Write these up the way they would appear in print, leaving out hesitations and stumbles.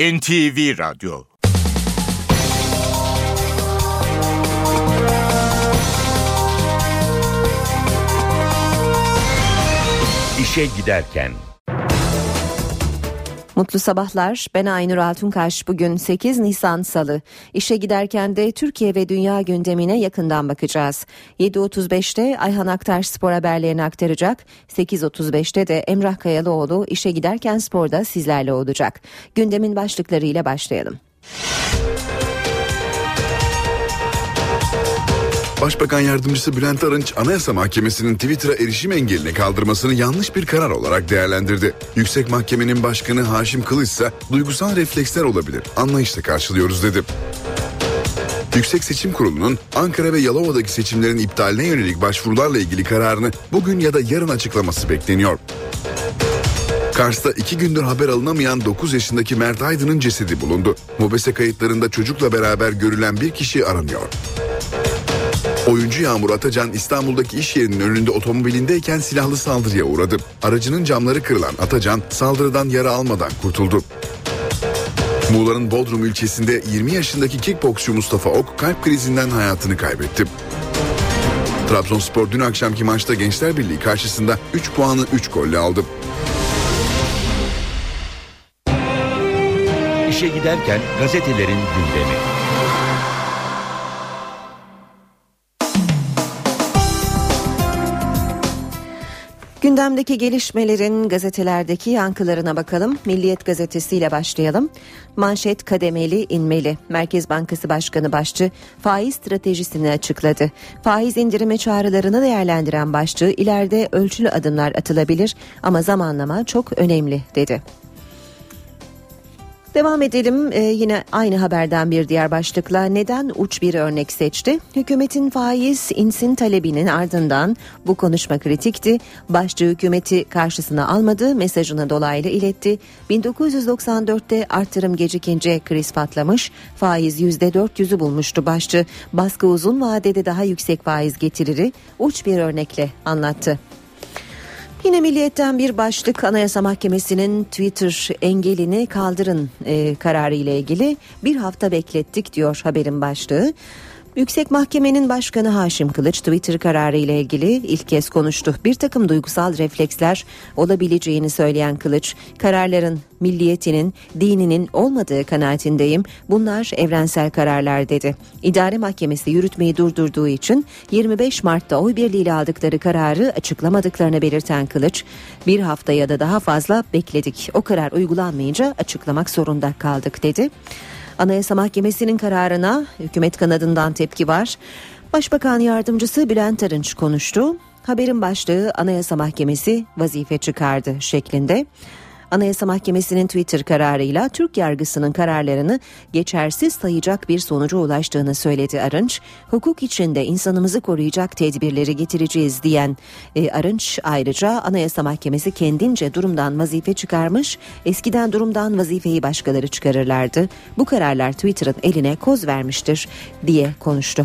NTV Radyo. İşe giderken. Mutlu sabahlar. Ben Aynur Altunkaş. Bugün 8 Nisan Salı. İşe giderken de Türkiye ve dünya gündemine yakından bakacağız. 7.35'te Ayhan Aktaş spor haberlerini aktaracak. 8.35'te de Emrah Kayalıoğlu işe giderken sporda sizlerle olacak. Gündemin başlıklarıyla başlayalım. Başbakan Yardımcısı Bülent Arınç, Anayasa Mahkemesi'nin Twitter'a erişim engelini kaldırmasını yanlış bir karar olarak değerlendirdi. Yüksek Mahkemenin Başkanı Haşim Kılıç ise duygusal refleksler olabilir, anlayışla karşılıyoruz dedi. Yüksek Seçim Kurulu'nun Ankara ve Yalova'daki seçimlerin iptaline yönelik başvurularla ilgili kararını bugün ya da yarın açıklaması bekleniyor. Kars'ta 2 gündür haber alınamayan 9 yaşındaki Mert Aydın'ın cesedi bulundu. MOBESE kayıtlarında çocukla beraber görülen bir kişi aranıyor. Oyuncu Yağmur Atacan İstanbul'daki iş yerinin önünde otomobilindeyken silahlı saldırıya uğradı. Aracının camları kırılan Atacan saldırıdan yara almadan kurtuldu. Muğla'nın Bodrum ilçesinde 20 yaşındaki kickboksçu Mustafa Ok kalp krizinden hayatını kaybetti. Trabzonspor dün akşamki maçta Gençler Birliği karşısında 3 puanı 3 golle aldı. İşe giderken gazetelerin gündemi. Gündemdeki gelişmelerin gazetelerdeki yankılarına bakalım. Milliyet gazetesiyle başlayalım. Manşet kademeli inmeli. Merkez Bankası Başkanı Başçı faiz stratejisini açıkladı. Faiz indirimi çağrılarını değerlendiren Başçı ileride ölçülü adımlar atılabilir ama zamanlama çok önemli dedi. Devam edelim yine aynı haberden bir diğer başlıkla neden uç bir örnek seçti? Hükümetin faiz insin talebinin ardından bu konuşma kritikti. Başçı hükümeti karşısına almadı, mesajını dolaylı iletti. 1994'te artırım gecikince kriz patlamış, faiz %400'ü bulmuştu Başçı. Baskı uzun vadede daha yüksek faiz getirir, uç bir örnekle anlattı. Yine Milliyet'ten bir başlık Anayasa Mahkemesi'nin Twitter engelini kaldırın kararı ile ilgili bir hafta beklettik diyor haberin başlığı. Yüksek Mahkemenin Başkanı Haşim Kılıç Twitter kararı ile ilgili ilk kez konuştu. Bir takım duygusal refleksler olabileceğini söyleyen Kılıç, kararların milliyetinin, dininin olmadığı kanaatindeyim. Bunlar evrensel kararlar dedi. İdare Mahkemesi yürütmeyi durdurduğu için 25 Mart'ta oy birliğiyle aldıkları kararı açıklamadıklarını belirten Kılıç, bir hafta ya da daha fazla bekledik. O karar uygulanmayınca açıklamak zorunda kaldık dedi. Anayasa Mahkemesi'nin kararına hükümet kanadından tepki var. Başbakan Yardımcısı Bülent Arınç konuştu. Haberin başlığı Anayasa Mahkemesi vazife çıkardı şeklinde. Anayasa Mahkemesi'nin Twitter kararıyla Türk yargısının kararlarını geçersiz sayacak bir sonuca ulaştığını söyledi Arınç. Hukuk içinde insanımızı koruyacak tedbirleri getireceğiz diyen Arınç ayrıca Anayasa Mahkemesi kendince durumdan vazife çıkarmış, eskiden durumdan vazifeyi başkaları çıkarırlardı. Bu kararlar Twitter'ın eline koz vermiştir diye konuştu.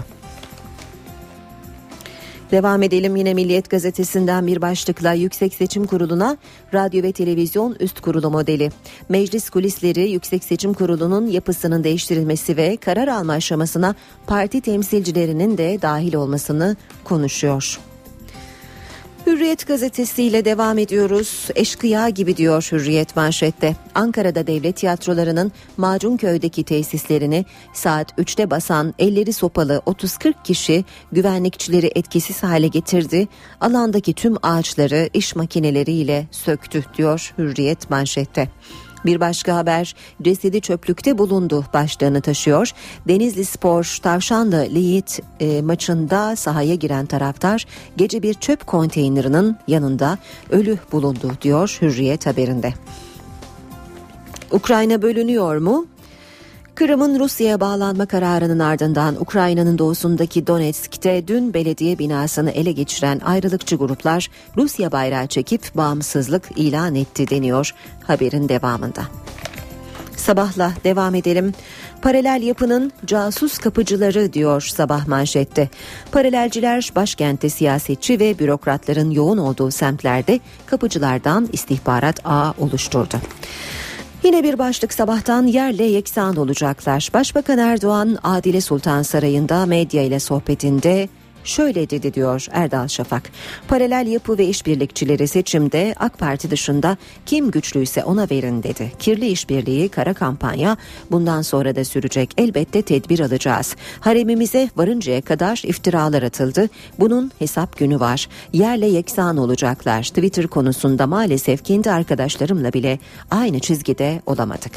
Devam edelim yine Milliyet gazetesinden bir başlıkla Yüksek Seçim Kurulu'na radyo ve televizyon üst kurulu modeli. Meclis kulisleri Yüksek Seçim Kurulu'nun yapısının değiştirilmesi ve karar alma aşamasına parti temsilcilerinin de dahil olmasını konuşuyor. Hürriyet gazetesiyle devam ediyoruz. Eşkıya gibi diyor Hürriyet manşette. Ankara'da devlet tiyatrolarının Macunköy'deki tesislerini saat 3'te basan elleri sopalı 30-40 kişi güvenlikçileri etkisiz hale getirdi. Alandaki tüm ağaçları iş makineleriyle söktü diyor Hürriyet manşette. Bir başka haber cesedi çöplükte bulundu başlığını taşıyor. Denizli Spor Tavşanlı Liğit maçında sahaya giren taraftar gece bir çöp konteynerinin yanında ölü bulundu diyor Hürriyet haberinde. Ukrayna bölünüyor mu? Kırım'ın Rusya'ya bağlanma kararının ardından Ukrayna'nın doğusundaki Donetsk'te dün belediye binasını ele geçiren ayrılıkçı gruplar Rusya bayrağı çekip bağımsızlık ilan etti deniyor haberin devamında. Sabahla devam edelim. Paralel yapının casus kapıcıları diyor Sabah manşette. Paralelciler başkentte siyasetçi ve bürokratların yoğun olduğu semtlerde kapıcılardan istihbarat ağı oluşturdu. Yine bir başlık sabahtan yerle yeksan olacaklar. Başbakan Erdoğan Adile Sultan Sarayı'nda medya ile sohbetinde şöyle dedi diyor Erdal Şafak. Paralel yapı ve işbirlikçileri seçimde AK Parti dışında kim güçlüyse ona verin dedi. Kirli işbirliği, kara kampanya bundan sonra da sürecek. Elbette tedbir alacağız. Haremimize varıncaya kadar iftiralar atıldı. Bunun hesap günü var. Yerle yeksan olacaklar. Twitter konusunda maalesef kendi arkadaşlarımla bile aynı çizgide olamadık.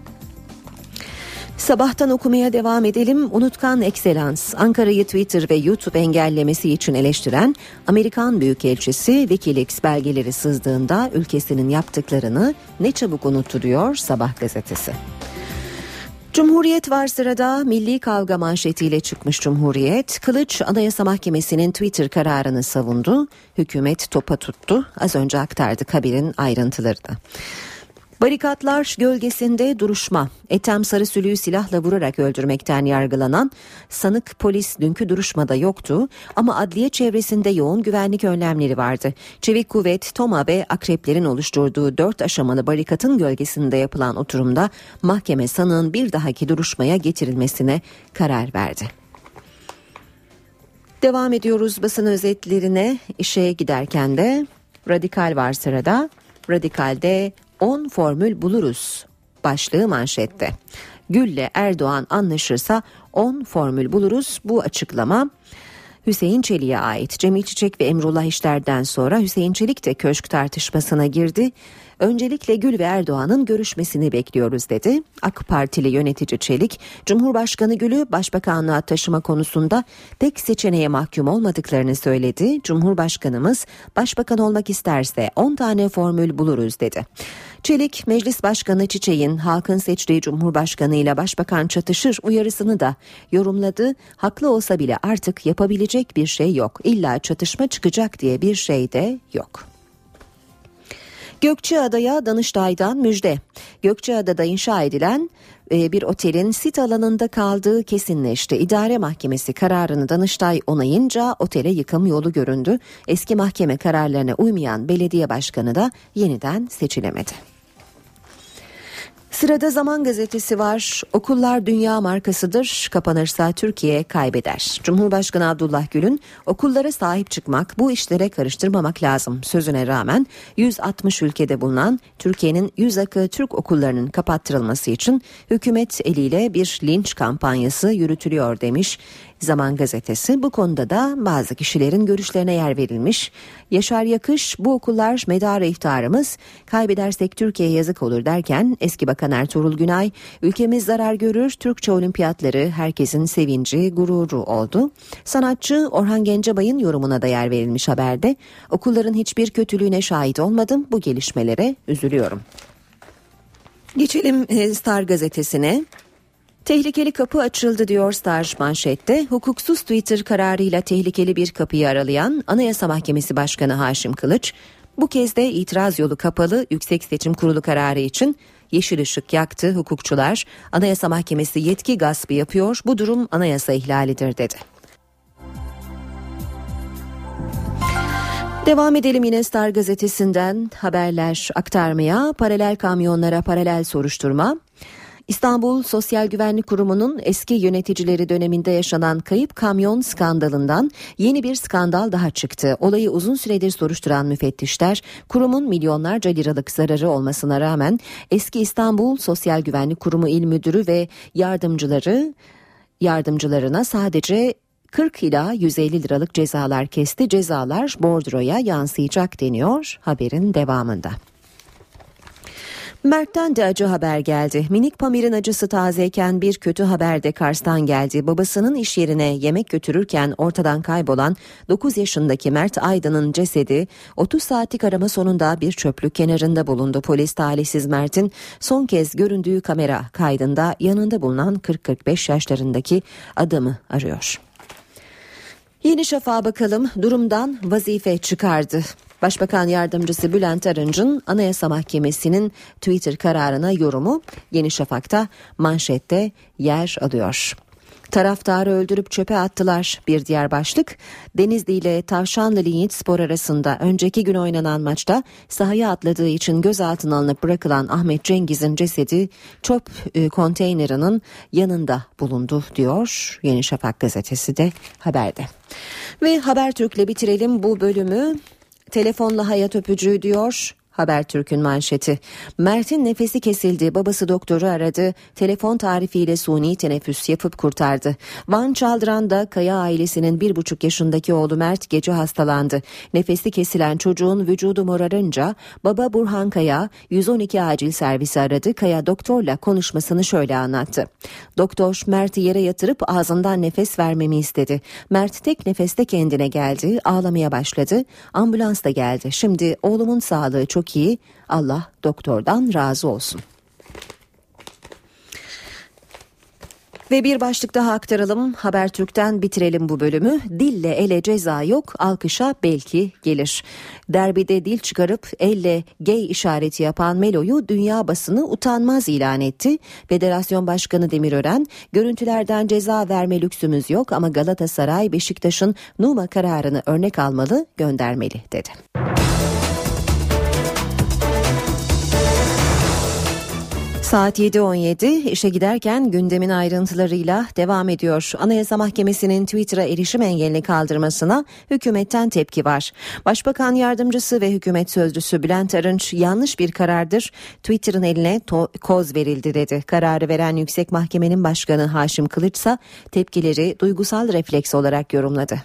Sabahtan okumaya devam edelim. Unutkan Ekselans, Ankara'yı Twitter ve YouTube engellemesi için eleştiren Amerikan Büyükelçisi WikiLeaks belgeleri sızdığında ülkesinin yaptıklarını ne çabuk unutturuyor Sabah gazetesi. Cumhuriyet var sırada. Milli kavga manşetiyle çıkmış Cumhuriyet. Kılıç Anayasa Mahkemesi'nin Twitter kararını savundu. Hükümet topa tuttu. Az önce aktardık haberin ayrıntılarını. Barikatlar gölgesinde duruşma. Ethem Sarısülü'yü silahla vurarak öldürmekten yargılanan sanık polis dünkü duruşmada yoktu ama adliye çevresinde yoğun güvenlik önlemleri vardı. Çevik kuvvet, TOMA ve akreplerin oluşturduğu 4 aşamalı barikatın gölgesinde yapılan oturumda mahkeme sanığın bir dahaki duruşmaya getirilmesine karar verdi. Devam ediyoruz basın özetlerine. İşe giderken de Radikal var sırada. Radikal'de 10 formül buluruz başlığı manşette. Gül'le Erdoğan anlaşırsa 10 formül buluruz. Bu açıklama Hüseyin Çelik'e ait. Cemil Çiçek ve Emrullah İşler'den sonra Hüseyin Çelik de köşk tartışmasına girdi. Öncelikle Gül ve Erdoğan'ın görüşmesini bekliyoruz dedi. AK Partili yönetici Çelik, Cumhurbaşkanı Gül'ü başbakanlığa taşıma konusunda tek seçeneğe mahkum olmadıklarını söyledi. Cumhurbaşkanımız başbakan olmak isterse 10 tane formül buluruz dedi. Çelik, Meclis Başkanı Çiçek'in halkın seçtiği Cumhurbaşkanı ile başbakan çatışır uyarısını da yorumladı. Haklı olsa bile artık yapabilecek bir şey yok. İlla çatışma çıkacak diye bir şey de yok. Gökçeada'ya Danıştay'dan müjde. Gökçeada'da inşa edilen bir otelin sit alanında kaldığı kesinleşti. İdare Mahkemesi kararını Danıştay onayınca otele yıkım yolu göründü. Eski mahkeme kararlarına uymayan belediye başkanı da yeniden seçilemedi. Sırada Zaman Gazetesi var. Okullar dünya markasıdır. Kapanırsa Türkiye kaybeder. Cumhurbaşkanı Abdullah Gül'ün okullara sahip çıkmak, bu işlere karıştırmamak lazım sözüne rağmen 160 ülkede bulunan Türkiye'nin 100 akı Türk okullarının kapattırılması için hükümet eliyle bir linç kampanyası yürütülüyor demiş Zaman Gazetesi. Bu konuda da bazı kişilerin görüşlerine yer verilmiş. Yaşar Yakış, bu okullar medarı iftiharımız, kaybedersek Türkiye'ye yazık olur derken eski Bakan Ertuğrul Günay, ülkemiz zarar görür, Türkçe olimpiyatları herkesin sevinci, gururu oldu. Sanatçı Orhan Gencebay'ın yorumuna da yer verilmiş haberde. Okulların hiçbir kötülüğüne şahit olmadım, bu gelişmelere üzülüyorum. Geçelim Star gazetesine. Tehlikeli kapı açıldı diyor Star manşette. Hukuksuz Twitter kararıyla tehlikeli bir kapıyı aralayan Anayasa Mahkemesi Başkanı Haşim Kılıç, bu kez de itiraz yolu kapalı Yüksek Seçim Kurulu kararı için yeşil ışık yaktı. Hukukçular, Anayasa Mahkemesi yetki gaspı yapıyor, bu durum anayasa ihlalidir dedi. Devam edelim yine Star gazetesinden haberler aktarmaya. Paralel kamyonlara paralel soruşturma. İstanbul Sosyal Güvenlik Kurumu'nun eski yöneticileri döneminde yaşanan kayıp kamyon skandalından yeni bir skandal daha çıktı. Olayı uzun süredir soruşturan müfettişler, kurumun milyonlarca liralık zararı olmasına rağmen eski İstanbul Sosyal Güvenlik Kurumu İl Müdürü ve yardımcılarına sadece 40 ila 150 liralık cezalar kesti. Cezalar bordroya yansıyacak deniyor haberin devamında. Mert'ten de acı haber geldi. Minik Pamir'in acısı tazeyken bir kötü haber de Kars'tan geldi. Babasının iş yerine yemek götürürken ortadan kaybolan 9 yaşındaki Mert Aydın'ın cesedi 30 saatlik arama sonunda bir çöplük kenarında bulundu. Polis talihsiz Mert'in son kez göründüğü kamera kaydında yanında bulunan 40-45 yaşlarındaki adamı arıyor. Yeni Şafak'a bakalım, durumdan vazife çıkardı. Başbakan Yardımcısı Bülent Arınç'ın Anayasa Mahkemesi'nin Twitter kararına yorumu Yeni Şafak'ta manşette yer alıyor. Taraftarı öldürüp çöpe attılar. Bir diğer başlık, Denizli ile Tavşanlı Linyitspor arasında önceki gün oynanan maçta sahaya atladığı için gözaltına alınıp bırakılan Ahmet Cengiz'in cesedi çöp konteynerinin yanında bulundu diyor Yeni Şafak gazetesi de haberde. Ve Habertürk'le bitirelim bu bölümü. Telefonla hayat öpücüğü diyor Habertürk'ün manşeti. Mert'in nefesi kesildi. Babası doktoru aradı. Telefon tarifiyle suni teneffüs yapıp kurtardı. Van Çaldıran'da Kaya ailesinin 1,5 yaşındaki oğlu Mert gece hastalandı. Nefesi kesilen çocuğun vücudu morarınca baba Burhan Kaya 112 acil servisi aradı. Kaya doktorla konuşmasını şöyle anlattı. Doktor Mert'i yere yatırıp ağzından nefes vermemi istedi. Mert tek nefeste kendine geldi. Ağlamaya başladı. Ambulans da geldi. Şimdi oğlumun sağlığı çok iyi. Allah doktordan razı olsun. Ve bir başlık daha aktaralım. Habertürk'ten bitirelim bu bölümü. Dille ele ceza yok, alkışa belki gelir. Derbide dil çıkarıp elle gay işareti yapan Melo'yu dünya basını utanmaz ilan etti. Federasyon Başkanı Demirören, görüntülerden ceza verme lüksümüz yok ama Galatasaray Beşiktaş'ın Numa kararını örnek almalı, göndermeli dedi. Saat 7.17 işe giderken gündemin ayrıntılarıyla devam ediyor. Anayasa Mahkemesi'nin Twitter'a erişim engelini kaldırmasına hükümetten tepki var. Başbakan Yardımcısı ve hükümet sözcüsü Bülent Arınç yanlış bir karardır, Twitter'ın eline koz verildi dedi. Kararı veren Yüksek Mahkemenin Başkanı Haşim Kılıç ise tepkileri duygusal refleks olarak yorumladı.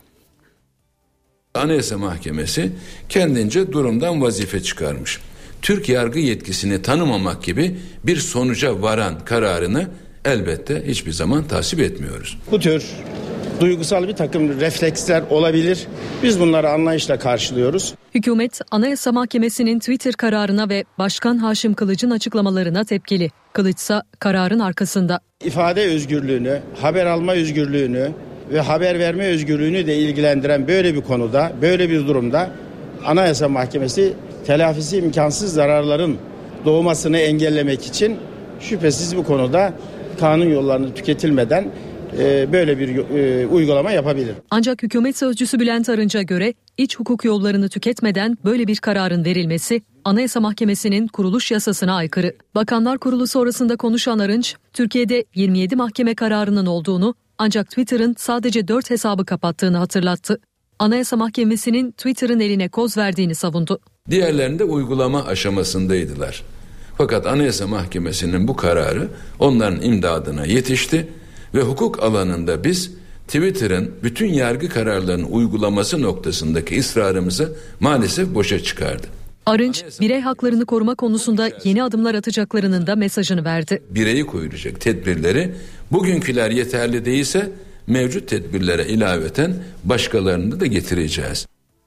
Anayasa Mahkemesi kendince durumdan vazife çıkarmış. Türk yargı yetkisini tanımamak gibi bir sonuca varan kararını elbette hiçbir zaman tasvip etmiyoruz. Bu tür duygusal bir takım refleksler olabilir. Biz bunları anlayışla karşılıyoruz. Hükümet, Anayasa Mahkemesi'nin Twitter kararına ve Başkan Haşim Kılıç'ın açıklamalarına tepkili. Kılıç ise kararın arkasında. İfade özgürlüğünü, haber alma özgürlüğünü ve haber verme özgürlüğünü de ilgilendiren böyle bir konuda, böyle bir durumda Anayasa Mahkemesi telafisi imkansız zararların doğmasını engellemek için şüphesiz bu konuda kanun yollarını tüketilmeden böyle bir uygulama yapabilir. Ancak hükümet sözcüsü Bülent Arınç'a göre iç hukuk yollarını tüketmeden böyle bir kararın verilmesi Anayasa Mahkemesi'nin kuruluş yasasına aykırı. Bakanlar Kurulu sonrasında konuşan Arınç, Türkiye'de 27 mahkeme kararının olduğunu ancak Twitter'ın sadece 4 hesabı kapattığını hatırlattı. Anayasa Mahkemesi'nin Twitter'ın eline koz verdiğini savundu. Diğerlerinde uygulama aşamasındaydılar. Fakat Anayasa Mahkemesi'nin bu kararı onların imdadına yetişti ve hukuk alanında biz Twitter'ın bütün yargı kararlarının uygulaması noktasındaki ısrarımızı maalesef boşa çıkardı. Arınç, birey haklarını koruma konusunda yeni adımlar atacaklarının da mesajını verdi. Bireyi koyulacak tedbirleri bugünküler yeterli değilse mevcut tedbirlere ilaveten başkalarını da getireceğiz.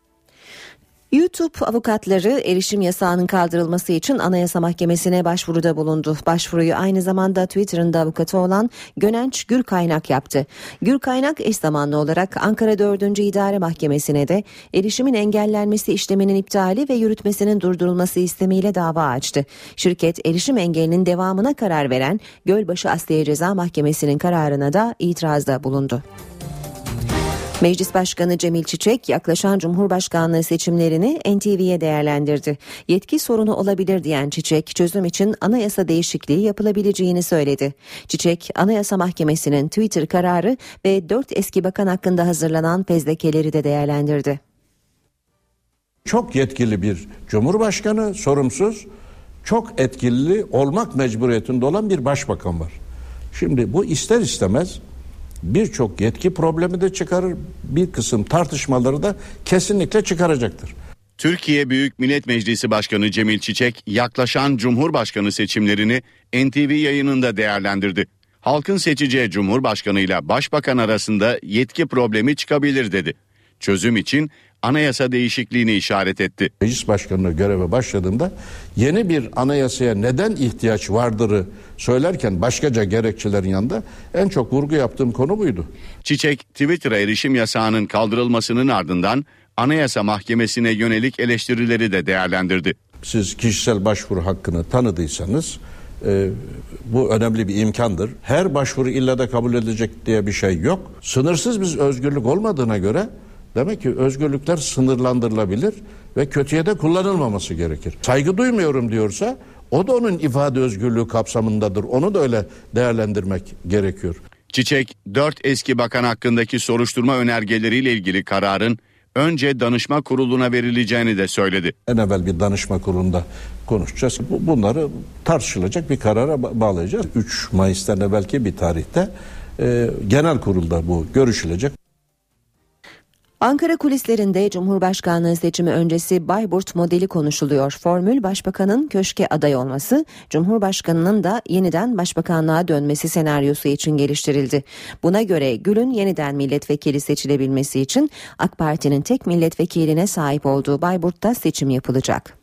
YouTube avukatları erişim yasağının kaldırılması için Anayasa Mahkemesi'ne başvuruda bulundu. Başvuruyu aynı zamanda Twitter'ın da avukatı olan Gönenç Gürkaynak yaptı. Gürkaynak eş zamanlı olarak Ankara 4. İdare Mahkemesi'ne de erişimin engellenmesi işleminin iptali ve yürütmesinin durdurulması istemiyle dava açtı. Şirket erişim engelinin devamına karar veren Gölbaşı Asliye Ceza Mahkemesi'nin kararına da itirazda bulundu. Meclis Başkanı Cemil Çiçek yaklaşan Cumhurbaşkanlığı seçimlerini NTV'ye değerlendirdi. Yetki sorunu olabilir diyen Çiçek, çözüm için anayasa değişikliği yapılabileceğini söyledi. Çiçek, Anayasa Mahkemesi'nin Twitter kararı ve 4 eski bakan hakkında hazırlanan fezlekeleri de değerlendirdi. Çok yetkili bir Cumhurbaşkanı, sorumsuz, çok etkili olmak mecburiyetinde olan bir başbakan var. Şimdi bu ister istemez birçok yetki problemi de çıkarır, bir kısım tartışmaları da kesinlikle çıkaracaktır. Türkiye Büyük Millet Meclisi Başkanı Cemil Çiçek yaklaşan Cumhurbaşkanı seçimlerini NTV yayınında değerlendirdi. Halkın seçeceği Cumhurbaşkanı ile Başbakan arasında yetki problemi çıkabilir dedi. Çözüm için anayasa değişikliğini işaret etti. Meclis Başkanı'na göreve başladığımda yeni bir anayasaya neden ihtiyaç vardırı söylerken başkaca gerekçelerin yanında en çok vurgu yaptığım konu buydu. Çiçek, Twitter'a erişim yasağının kaldırılmasının ardından Anayasa Mahkemesi'ne yönelik eleştirileri de değerlendirdi. Siz kişisel başvuru hakkını tanıdıysanız Bu önemli bir imkandır. Her başvuru illa da kabul edilecek diye bir şey yok. Sınırsız bir özgürlük olmadığına göre demek ki özgürlükler sınırlandırılabilir ve kötüye de kullanılmaması gerekir. Saygı duymuyorum diyorsa o da onun ifade özgürlüğü kapsamındadır. Onu da öyle değerlendirmek gerekiyor. Çiçek, 4 eski bakan hakkındaki soruşturma önergeleriyle ilgili kararın önce danışma kuruluna verileceğini de söyledi. En evvel bir danışma kurulunda konuşacağız. Bunları tartışılacak bir karara bağlayacağız. 3 Mayıs'tan evvelki bir tarihte genel kurulda bu görüşülecek. Ankara kulislerinde Cumhurbaşkanlığı seçimi öncesi Bayburt modeli konuşuluyor. Formül başbakanın köşke aday olması, Cumhurbaşkanının da yeniden başbakanlığa dönmesi senaryosu için geliştirildi. Buna göre Gül'ün yeniden milletvekili seçilebilmesi için AK Parti'nin tek milletvekiline sahip olduğu Bayburt'ta seçim yapılacak.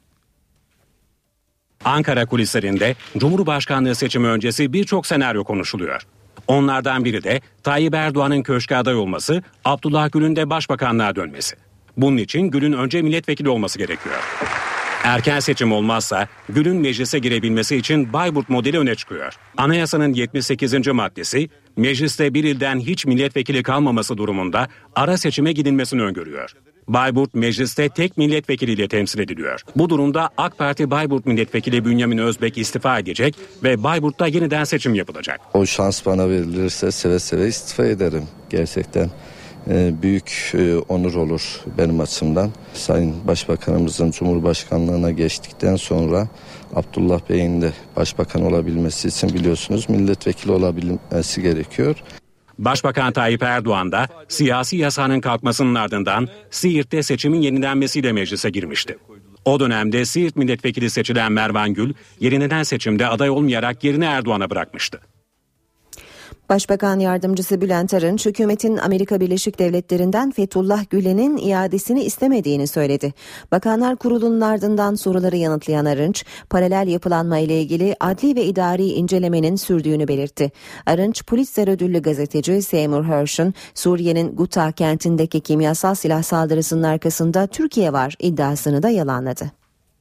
Ankara kulislerinde Cumhurbaşkanlığı seçimi öncesi birçok senaryo konuşuluyor. Onlardan biri de Tayyip Erdoğan'ın köşke aday olması, Abdullah Gül'ün de başbakanlığa dönmesi. Bunun için Gül'ün önce milletvekili olması gerekiyor. Erken seçim olmazsa Gül'ün meclise girebilmesi için Bayburt modeli öne çıkıyor. Anayasanın 78. maddesi mecliste bir ilden hiç milletvekili kalmaması durumunda ara seçime gidilmesini öngörüyor. Bayburt mecliste tek milletvekiliyle temsil ediliyor. Bu durumda AK Parti Bayburt milletvekili Bünyamin Özbek istifa edecek ve Bayburt'ta yeniden seçim yapılacak. O şans bana verilirse seve seve istifa ederim. Gerçekten büyük onur olur benim açımdan. Sayın Başbakanımızın Cumhurbaşkanlığına geçtikten sonra Abdullah Bey'in de başbakan olabilmesi için biliyorsunuz milletvekili olabilmesi gerekiyor. Başbakan Tayyip Erdoğan da siyasi yasağının kalkmasının ardından Siirt'te seçimin yenilenmesiyle meclise girmişti. O dönemde Siirt milletvekili seçilen Mervan Gül, yenilenen seçimde aday olmayarak yerini Erdoğan'a bırakmıştı. Başbakan Yardımcısı Bülent Arınç, hükümetin Amerika Birleşik Devletleri'nden Fethullah Gülen'in iadesini istemediğini söyledi. Bakanlar Kurulu'nun ardından soruları yanıtlayan Arınç, paralel yapılanma ile ilgili adli ve idari incelemenin sürdüğünü belirtti. Arınç, Pulitzer ödüllü gazeteci Seymour Hersh'ün Suriye'nin Guta kentindeki kimyasal silah saldırısının arkasında Türkiye var iddiasını da yalanladı.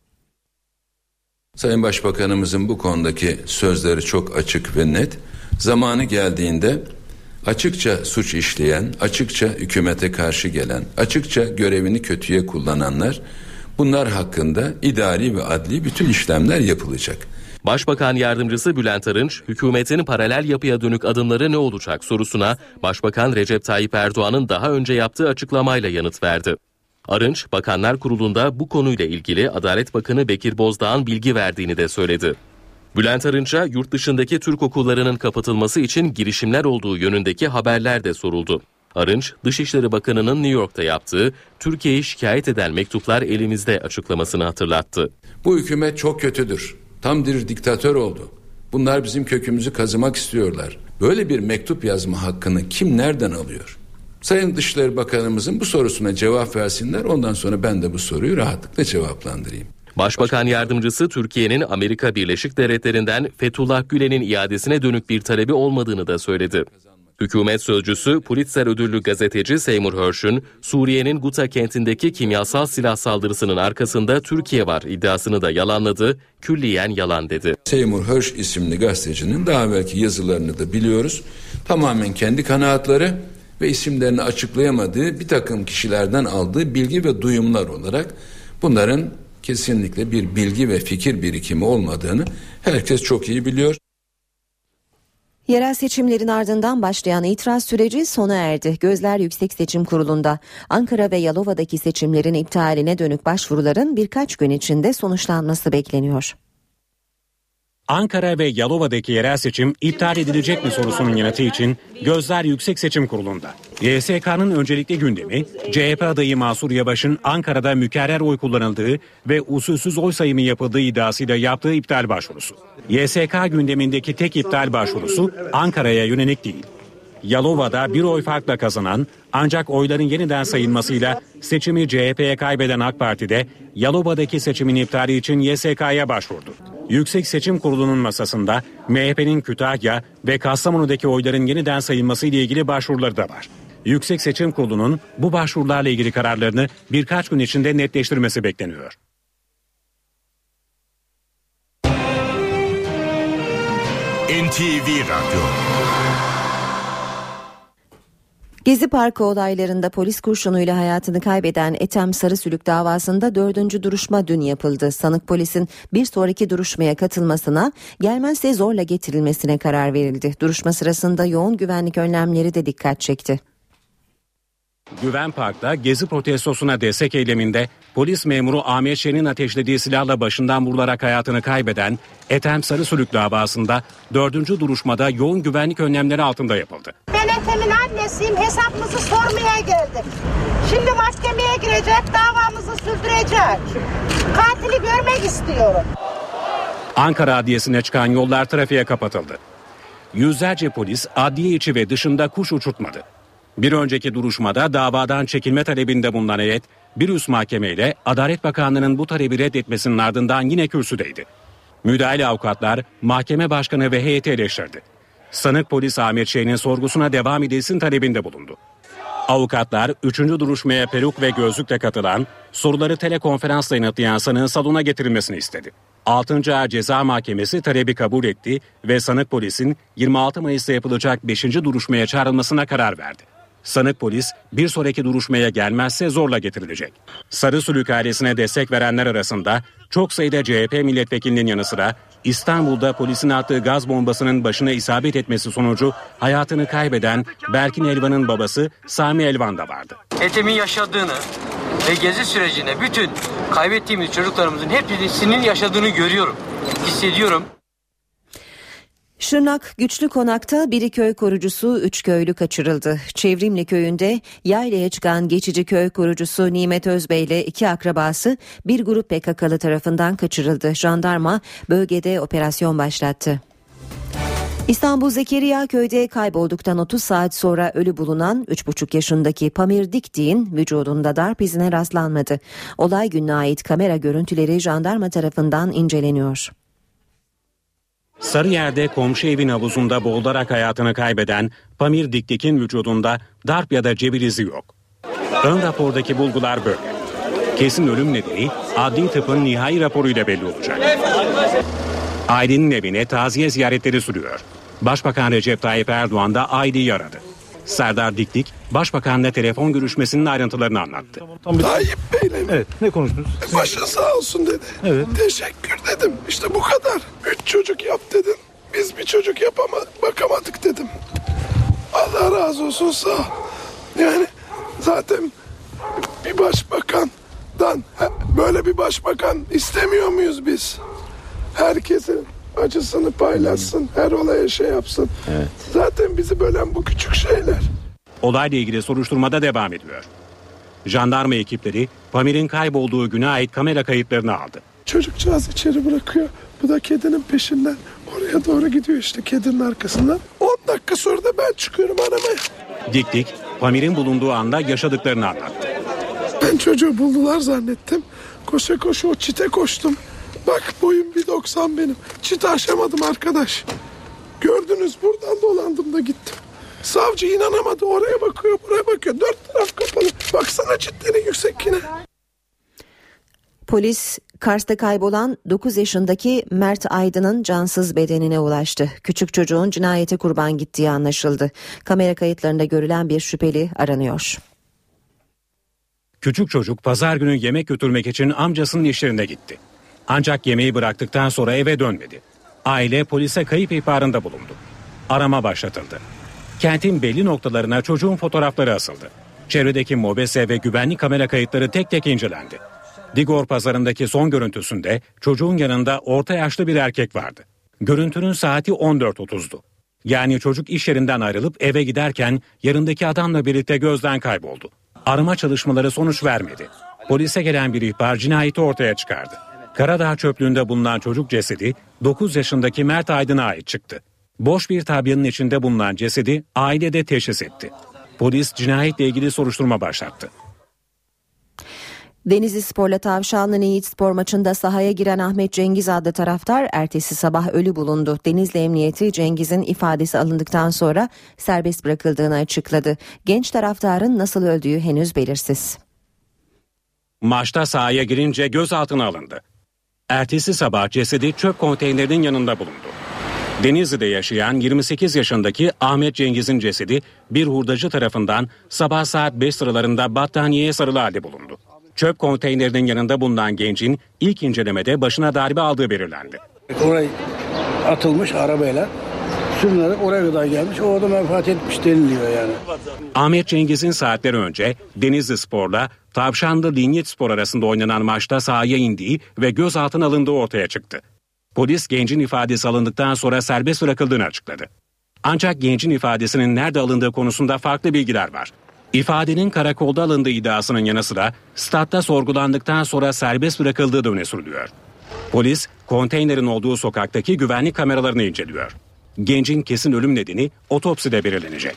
Sayın Başbakanımızın bu konudaki sözleri çok açık ve net. Zamanı geldiğinde açıkça suç işleyen, açıkça hükümete karşı gelen, açıkça görevini kötüye kullananlar, bunlar hakkında idari ve adli bütün işlemler yapılacak. Başbakan Yardımcısı Bülent Arınç, hükümetin paralel yapıya dönük adımları ne olacak sorusuna Başbakan Recep Tayyip Erdoğan'ın daha önce yaptığı açıklamayla yanıt verdi. Arınç, Bakanlar Kurulu'nda bu konuyla ilgili Adalet Bakanı Bekir Bozdağ'ın bilgi verdiğini de söyledi. Bülent Arınç'a yurt dışındaki Türk okullarının kapatılması için girişimler olduğu yönündeki haberler de soruldu. Arınç, Dışişleri Bakanı'nın New York'ta yaptığı Türkiye'yi şikayet eden mektuplar elimizde açıklamasını hatırlattı. Bu hükümet çok kötüdür. Tam bir diktatör oldu. Bunlar bizim kökümüzü kazımak istiyorlar. Böyle bir mektup yazma hakkını kim nereden alıyor? Sayın Dışişleri Bakanımızın bu sorusuna cevap versinler. Ondan sonra ben de bu soruyu rahatlıkla cevaplandırayım. Başbakan Yardımcısı Türkiye'nin Amerika Birleşik Devletleri'nden Fethullah Gülen'in iadesine dönük bir talebi olmadığını da söyledi. Hükümet sözcüsü Pulitzer ödüllü gazeteci Seymour Hersh'ün Suriye'nin Guta kentindeki kimyasal silah saldırısının arkasında Türkiye var iddiasını da yalanladı, külliyen yalan dedi. Seymour Hersh isimli gazetecinin daha evvelki yazılarını da biliyoruz. Tamamen kendi kanaatları ve isimlerini açıklayamadığı bir takım kişilerden aldığı bilgi ve duyumlar olarak bunların kesinlikle bir bilgi ve fikir birikimi olmadığını herkes çok iyi biliyor. Yerel seçimlerin ardından başlayan itiraz süreci sona erdi. Gözler Yüksek Seçim Kurulu'nda. Ankara ve Yalova'daki seçimlerin iptaline dönük başvuruların birkaç gün içinde sonuçlanması bekleniyor. Ankara ve Yalova'daki yerel seçim iptal edilecek mi sorusunun yanıtı için gözler Yüksek Seçim Kurulu'nda. YSK'nın öncelikli gündemi CHP adayı Mansur Yavaş'ın Ankara'da mükerrer oy kullanıldığı ve usulsüz oy sayımı yapıldığı iddiasıyla yaptığı iptal başvurusu. YSK gündemindeki tek iptal başvurusu Ankara'ya yönelik değil. Yalova'da bir oy farkla kazanan ancak oyların yeniden sayılmasıyla seçimi CHP'ye kaybeden AK Parti de Yalova'daki seçimin iptali için YSK'ya başvurdu. Yüksek Seçim Kurulu'nun masasında MHP'nin Kütahya ve Kastamonu'daki oyların yeniden sayılması ile ilgili başvuruları da var. Yüksek Seçim Kurulu'nun bu başvurularla ilgili kararlarını birkaç gün içinde netleştirmesi bekleniyor. NTV Radyo. Gezi Parkı olaylarında polis kurşunuyla hayatını kaybeden Ethem Sarısülük davasında 4. duruşma dün yapıldı. Sanık polisin bir sonraki duruşmaya katılmasına, gelmezse zorla getirilmesine karar verildi. Duruşma sırasında yoğun güvenlik önlemleri de dikkat çekti. Güven Park'ta Gezi protestosuna destek eyleminde polis memuru Ahmet Şen'in ateşlediği silahla başından vurularak hayatını kaybeden Ethem Sarısülük davasında 4. duruşmada yoğun güvenlik önlemleri altında yapıldı. Ben Ethem'in annesiyim, hesabımızı sormaya geldik. Şimdi mahkemeye girecek, davamızı sürdürecek. Katili görmek istiyorum. Ankara Adliyesi'ne çıkan yollar trafiğe kapatıldı. Yüzlerce polis adliye içi ve dışında kuş uçurtmadı. Bir önceki duruşmada davadan çekilme talebinde bulunan heyet bir üst mahkemeyle Adalet Bakanlığı'nın bu talebi reddetmesinin ardından yine kürsüdeydi. Müdahale avukatlar mahkeme başkanı ve heyeti eleştirdi. Sanık polis Ahmet Şen'in sorgusuna devam edilsin talebinde bulundu. Avukatlar 3. duruşmaya peruk ve gözlükle katılan, soruları telekonferansla yanıtlayan sanığın salona getirilmesini istedi. 6. Ağır Ceza Mahkemesi talebi kabul etti ve sanık polisin 26 Mayıs'ta yapılacak 5. duruşmaya çağrılmasına karar verdi. Sanık polis bir sonraki duruşmaya gelmezse zorla getirilecek. Sarısülük ailesine destek verenler arasında çok sayıda CHP milletvekilinin yanı sıra İstanbul'da polisin attığı gaz bombasının başına isabet etmesi sonucu hayatını kaybeden Berkin Elvan'ın babası Sami Elvan da vardı. Ethem'in yaşadığını ve gezi sürecinde bütün kaybettiğimiz çocuklarımızın hepsinin yaşadığını görüyorum, hissediyorum. Şırnak Güçlü Konak'ta bir köy korucusu 3 köylü kaçırıldı. Çevrimli köyünde yaylaya çıkan geçici köy korucusu Nimet Özbey ile 2 akrabası bir grup PKK'lı tarafından kaçırıldı. Jandarma bölgede operasyon başlattı. İstanbul Zekeriya köyde kaybolduktan 30 saat sonra ölü bulunan 3,5 yaşındaki Pamir Diktik'in vücudunda darp izine rastlanmadı. Olay gününe ait kamera görüntüleri jandarma tarafından inceleniyor. Sarıyer'de komşu evin havuzunda boğularak hayatını kaybeden Pamir Diktik'in vücudunda darp ya da cebir izi yok. Ön rapordaki bulgular böyle. Kesin ölüm nedeni adli tıbbın nihai raporuyla belli olacak. Ailenin evine taziye ziyaretleri sürüyor. Başbakan Recep Tayyip Erdoğan da aileyi aradı. Serdar Diktik, Başbakan'la telefon görüşmesinin ayrıntılarını anlattı. Tayyip Bey'le evet, ne konuştunuz? Başın sağ olsun dedi. Evet. Teşekkür dedim. İşte bu kadar. 3 çocuk yap dedin. Biz bir çocuk bakamadık dedim. Allah razı olsun, sağ ol. Yani zaten bir başbakandan böyle bir başbakan istemiyor muyuz biz? Herkesin acısını paylaşsın, her olaya şey yapsın. Evet. Zaten bizi bölen bu küçük şeyler. Olayla ilgili soruşturmada devam ediyor. Jandarma ekipleri Pamir'in kaybolduğu güne ait kamera kayıtlarını aldı. Çocukcağız içeri bırakıyor. Bu da kedinin peşinden oraya doğru gidiyor, işte kedinin arkasından. 10 dakika sonra da ben çıkıyorum aramaya. Diktik, Pamir'in bulunduğu anda yaşadıklarını anlattı. Ben çocuğu buldular zannettim. Koşa koşa o çite koştum. Bak boyum 1.90 benim. Çite aşamadım arkadaş. Gördünüz, buradan dolandım da gittim. Savcı inanamadı, oraya bakıyor buraya bakıyor. 4 taraf kapalı. Baksana çitlerin yüksekliğine. Polis Kars'ta kaybolan 9 yaşındaki Mert Aydın'ın cansız bedenine ulaştı. Küçük çocuğun cinayete kurban gittiği anlaşıldı. Kamera kayıtlarında görülen bir şüpheli aranıyor. Küçük çocuk pazar günü yemek götürmek için amcasının iş yerine gitti. Ancak yemeği bıraktıktan sonra eve dönmedi. Aile polise kayıp ihbarında bulundu. Arama başlatıldı. Kentin belli noktalarına çocuğun fotoğrafları asıldı. Çevredeki mobese ve güvenlik kamera kayıtları tek tek incelendi. Digor pazarındaki son görüntüsünde çocuğun yanında orta yaşlı bir erkek vardı. Görüntünün saati 14.30'du. Yani çocuk iş yerinden ayrılıp eve giderken yanındaki adamla birlikte gözden kayboldu. Arama çalışmaları sonuç vermedi. Polise gelen bir ihbar cinayeti ortaya çıkardı. Karadağ çöplüğünde bulunan çocuk cesedi 9 yaşındaki Mert Aydın'a ait çıktı. Boş bir tabyanın içinde bulunan cesedi ailede teşhis etti. Polis cinayetle ilgili soruşturma başlattı. Denizli Spor'la Tavşanlı Yiğit Spor maçında sahaya giren Ahmet Cengiz adlı taraftar ertesi sabah ölü bulundu. Denizli Emniyeti Cengiz'in ifadesi alındıktan sonra serbest bırakıldığını açıkladı. Genç taraftarın nasıl öldüğü henüz belirsiz. Maçta sahaya girince gözaltına alındı. Ertesi sabah cesedi çöp konteynerinin yanında bulundu. Denizli'de yaşayan 28 yaşındaki Ahmet Cengiz'in cesedi bir hurdacı tarafından sabah saat 5 sıralarında battaniyeye sarılı halde bulundu. Çöp konteynerinin yanında bulunan gencin ilk incelemede başına darbe aldığı belirlendi. Oraya atılmış arabayla sürünerek oraya kadar gelmiş. O adam vefat etmiş deniliyor yani. Ahmet Cengiz'in saatler önce Denizli Spor'la Tavşanlı Linyet Spor arasında oynanan maçta sahaya indiği ve gözaltına alındığı ortaya çıktı. Polis gencin ifadesi alındıktan sonra serbest bırakıldığını açıkladı. Ancak gencin ifadesinin nerede alındığı konusunda farklı bilgiler var. İfadenin karakolda alındığı iddiasının yanı sıra statta sorgulandıktan sonra serbest bırakıldığı da öne sürülüyor. Polis konteynerin olduğu sokaktaki güvenlik kameralarını inceliyor. Gencin kesin ölüm nedeni otopside belirlenecek.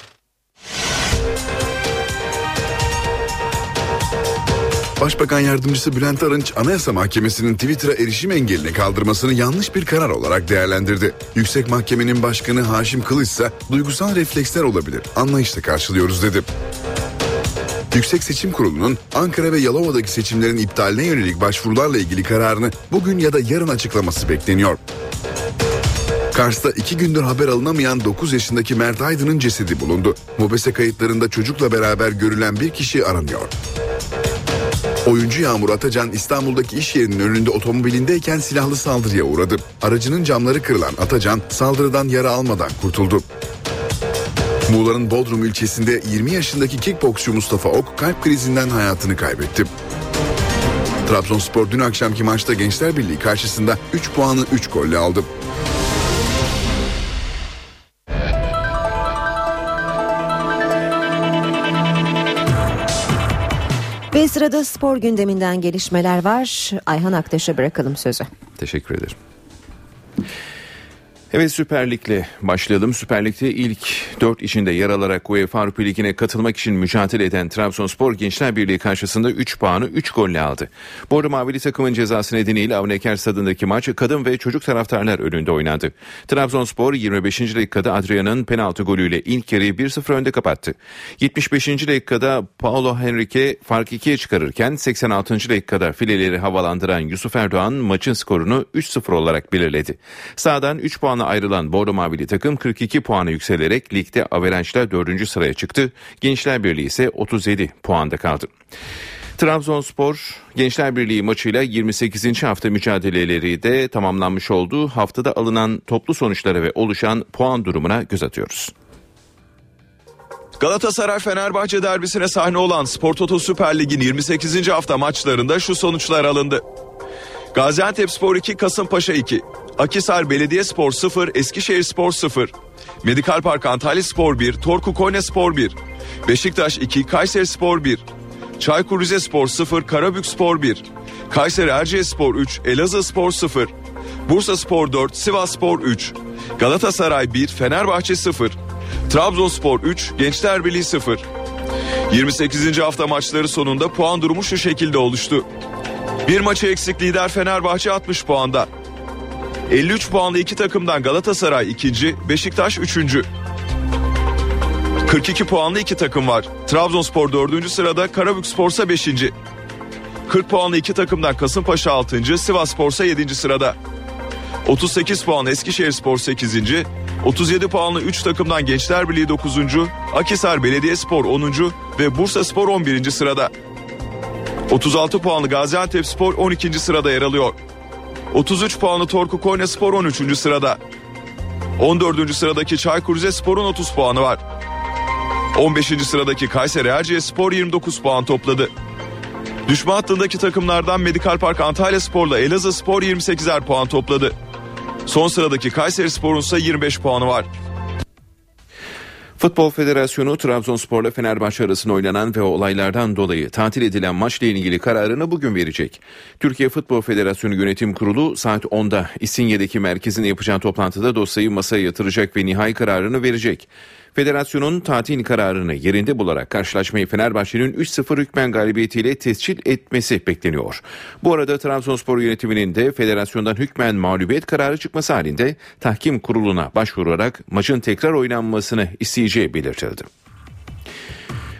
Başbakan Yardımcısı Bülent Arınç, Anayasa Mahkemesi'nin Twitter'a erişim engelini kaldırmasını yanlış bir karar olarak değerlendirdi. Yüksek Mahkemenin Başkanı Haşim Kılıç ise duygusal refleksler olabilir, anlayışla karşılıyoruz dedi. Yüksek Seçim Kurulu'nun Ankara ve Yalova'daki seçimlerin iptaline yönelik başvurularla ilgili kararını bugün ya da yarın açıklaması bekleniyor. Kars'ta 2 gündür haber alınamayan 9 yaşındaki Mert Aydın'ın cesedi bulundu. MOBESE kayıtlarında çocukla beraber görülen bir kişi aranıyor. Oyuncu Yağmur Atacan İstanbul'daki iş yerinin önünde otomobilindeyken silahlı saldırıya uğradı. Aracının camları kırılan Atacan saldırıdan yara almadan kurtuldu. Muğla'nın Bodrum ilçesinde 20 yaşındaki kickboksçu Mustafa Ok kalp krizinden hayatını kaybetti. Trabzonspor dün akşamki maçta Gençler Birliği karşısında 3 puanı 3 golle aldı. Ve sırada spor gündeminden gelişmeler var. Ayhan Aktaş'a bırakalım sözü. Teşekkür ederim. Evet, Süper Lig'le başlayalım. Süper Lig'de ilk 4 içinde yer alarak UEFA Avrupa Ligi'ne katılmak için mücadele eden Trabzonspor Gençler Birliği karşısında 3 puanı 3 golle aldı. Bordo Mavili takımın cezası nedeniyle Avni Eker Stadı'ndaki maç kadın ve çocuk taraftarlar önünde oynandı. Trabzonspor 25. dakikada Adrian'ın penaltı golüyle ilk yarıyı 1-0 önde kapattı. 75. dakikada Paulo Henrique fark 2'ye çıkarırken 86. dakikada fileleri havalandıran Yusuf Erdoğan maçın skorunu 3-0 olarak belirledi. Sahadan 3 puanla ayrılan Bordo Mavili takım 42 puana yükselerek ligde averajla 4. sıraya çıktı. Gençler Birliği ise 37 puanda kaldı. Trabzonspor Gençler Birliği maçıyla 28. hafta mücadeleleri de tamamlanmış oldu. Haftada alınan toplu sonuçlara ve oluşan puan durumuna göz atıyoruz. Galatasaray-Fenerbahçe derbisine sahne olan Spor Toto Süper Lig'in 28. hafta maçlarında şu sonuçlar alındı. Gaziantepspor 2, Kasımpaşa 2. Akhisar Belediyespor 0, Eskişehirspor 0. Medikal Park Antalyaspor 1, Torku Konyaspor 1. Beşiktaş 2, Kayserispor 1. Çaykur Rizespor 0, Karabükspor 1. Kayseri Erciyesspor 3, Elazığspor 0. Bursaspor 4, Sivasspor 3. Galatasaray 1, Fenerbahçe 0. Trabzonspor 3, Gençler Birliği 0. 28. hafta maçları sonunda puan durumu şu şekilde oluştu. Bir maçı eksik lider Fenerbahçe 60 puanda. 53 puanlı iki takımdan Galatasaray 2. Beşiktaş 3. 42 puanlı iki takım var. Trabzonspor 4. sırada, Karabükspor'sa 5. 40 puanlı iki takımdan Kasımpaşa 6. Sivasspor'sa 7. sırada. 38 puanlı Eskişehirspor 8. 37 puanlı 3 takımdan Gençler Birliği 9. Akhisar Belediyespor 10. ve Bursaspor 11. sırada. 36 puanlı Gaziantepspor 12. sırada yer alıyor. 33 puanlı Torku Konyaspor 13. sırada. 14. sıradaki Çaykur Rizespor'un 30 puanı var. 15. sıradaki Kayseri Erciyesspor 29 puan topladı. Düşme hattındaki takımlardan Medikal Park Antalyaspor'la Elazığspor 28'er puan topladı. Son sıradaki Kayserispor'un ise 25 puanı var. Futbol Federasyonu Trabzonspor'la Fenerbahçe arasında oynanan ve olaylardan dolayı tatil edilen maçla ilgili kararını bugün verecek. Türkiye Futbol Federasyonu Yönetim Kurulu saat 10'da İstinye'deki merkezinde yapacağı toplantıda dosyayı masaya yatıracak ve nihai kararını verecek. Federasyonun tatil kararını yerinde bularak karşılaşmayı Fenerbahçe'nin 3-0 hükmen galibiyetiyle tescil etmesi bekleniyor. Bu arada Trabzonspor yönetiminin de federasyondan hükmen mağlubiyet kararı çıkması halinde tahkim kuruluna başvurarak maçın tekrar oynanmasını isteyeceği belirtildi.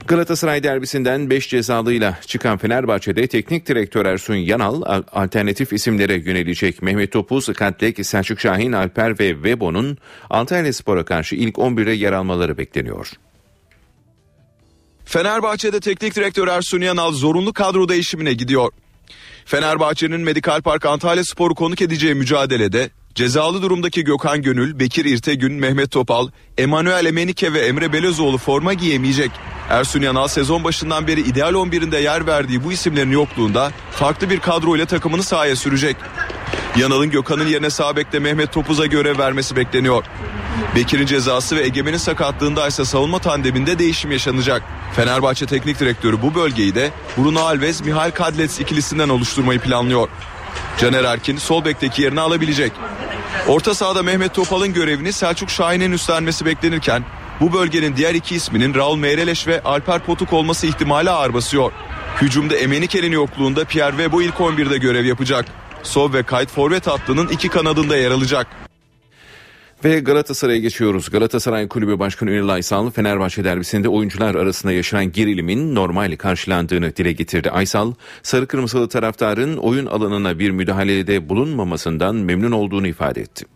Galatasaray derbisinden 5 cezalıyla çıkan Fenerbahçe'de teknik direktör Ersun Yanal alternatif isimlere yönelecek. Mehmet Topuz, Katlek, Selçuk Şahin, Alper ve Webo'nun Antalyaspor'a karşı ilk 11'e yer almaları bekleniyor. Fenerbahçe'de teknik direktör Ersun Yanal zorunlu kadro değişimine gidiyor. Fenerbahçe'nin Medikal Park Antalyaspor'u konuk edeceği mücadelede cezalı durumdaki Gökhan Gönül, Bekir İrtegün, Mehmet Topal, Emanuel Emenike ve Emre Belözoğlu forma giyemeyecek. Ersun Yanal sezon başından beri ideal 11'inde yer verdiği bu isimlerin yokluğunda farklı bir kadroyla takımını sahaya sürecek. Yanal'ın Gökhan'ın yerine sağ bekte Mehmet Topuz'a görev vermesi bekleniyor. Bekir'in cezası ve Egemen'in sakatlığında ise savunma tandeminde değişim yaşanacak. Fenerbahçe teknik direktörü bu bölgeyi de Bruno Alves, Mihail Kadlec ikilisinden oluşturmayı planlıyor. Caner Erkin sol bekteki yerini alabilecek. Orta sahada Mehmet Topal'ın görevini Selçuk Şahin'in üstlenmesi beklenirken bu bölgenin diğer iki isminin Raul Meireles ve Alper Potuk olması ihtimali ağır basıyor. Hücumda Emenike'nin yokluğunda Pierre Webo ilk 11'de görev yapacak. Sol ve kayıt forvet hattının iki kanadında yer alacak. Ve Galatasaray'a geçiyoruz. Galatasaray Kulübü Başkanı Ünal Aysal, Fenerbahçe derbisinde oyuncular arasında yaşanan gerilimin normal karşılandığını dile getirdi. Aysal, sarı kırmızılı taraftarın oyun alanına bir müdahalede bulunmamasından memnun olduğunu ifade etti.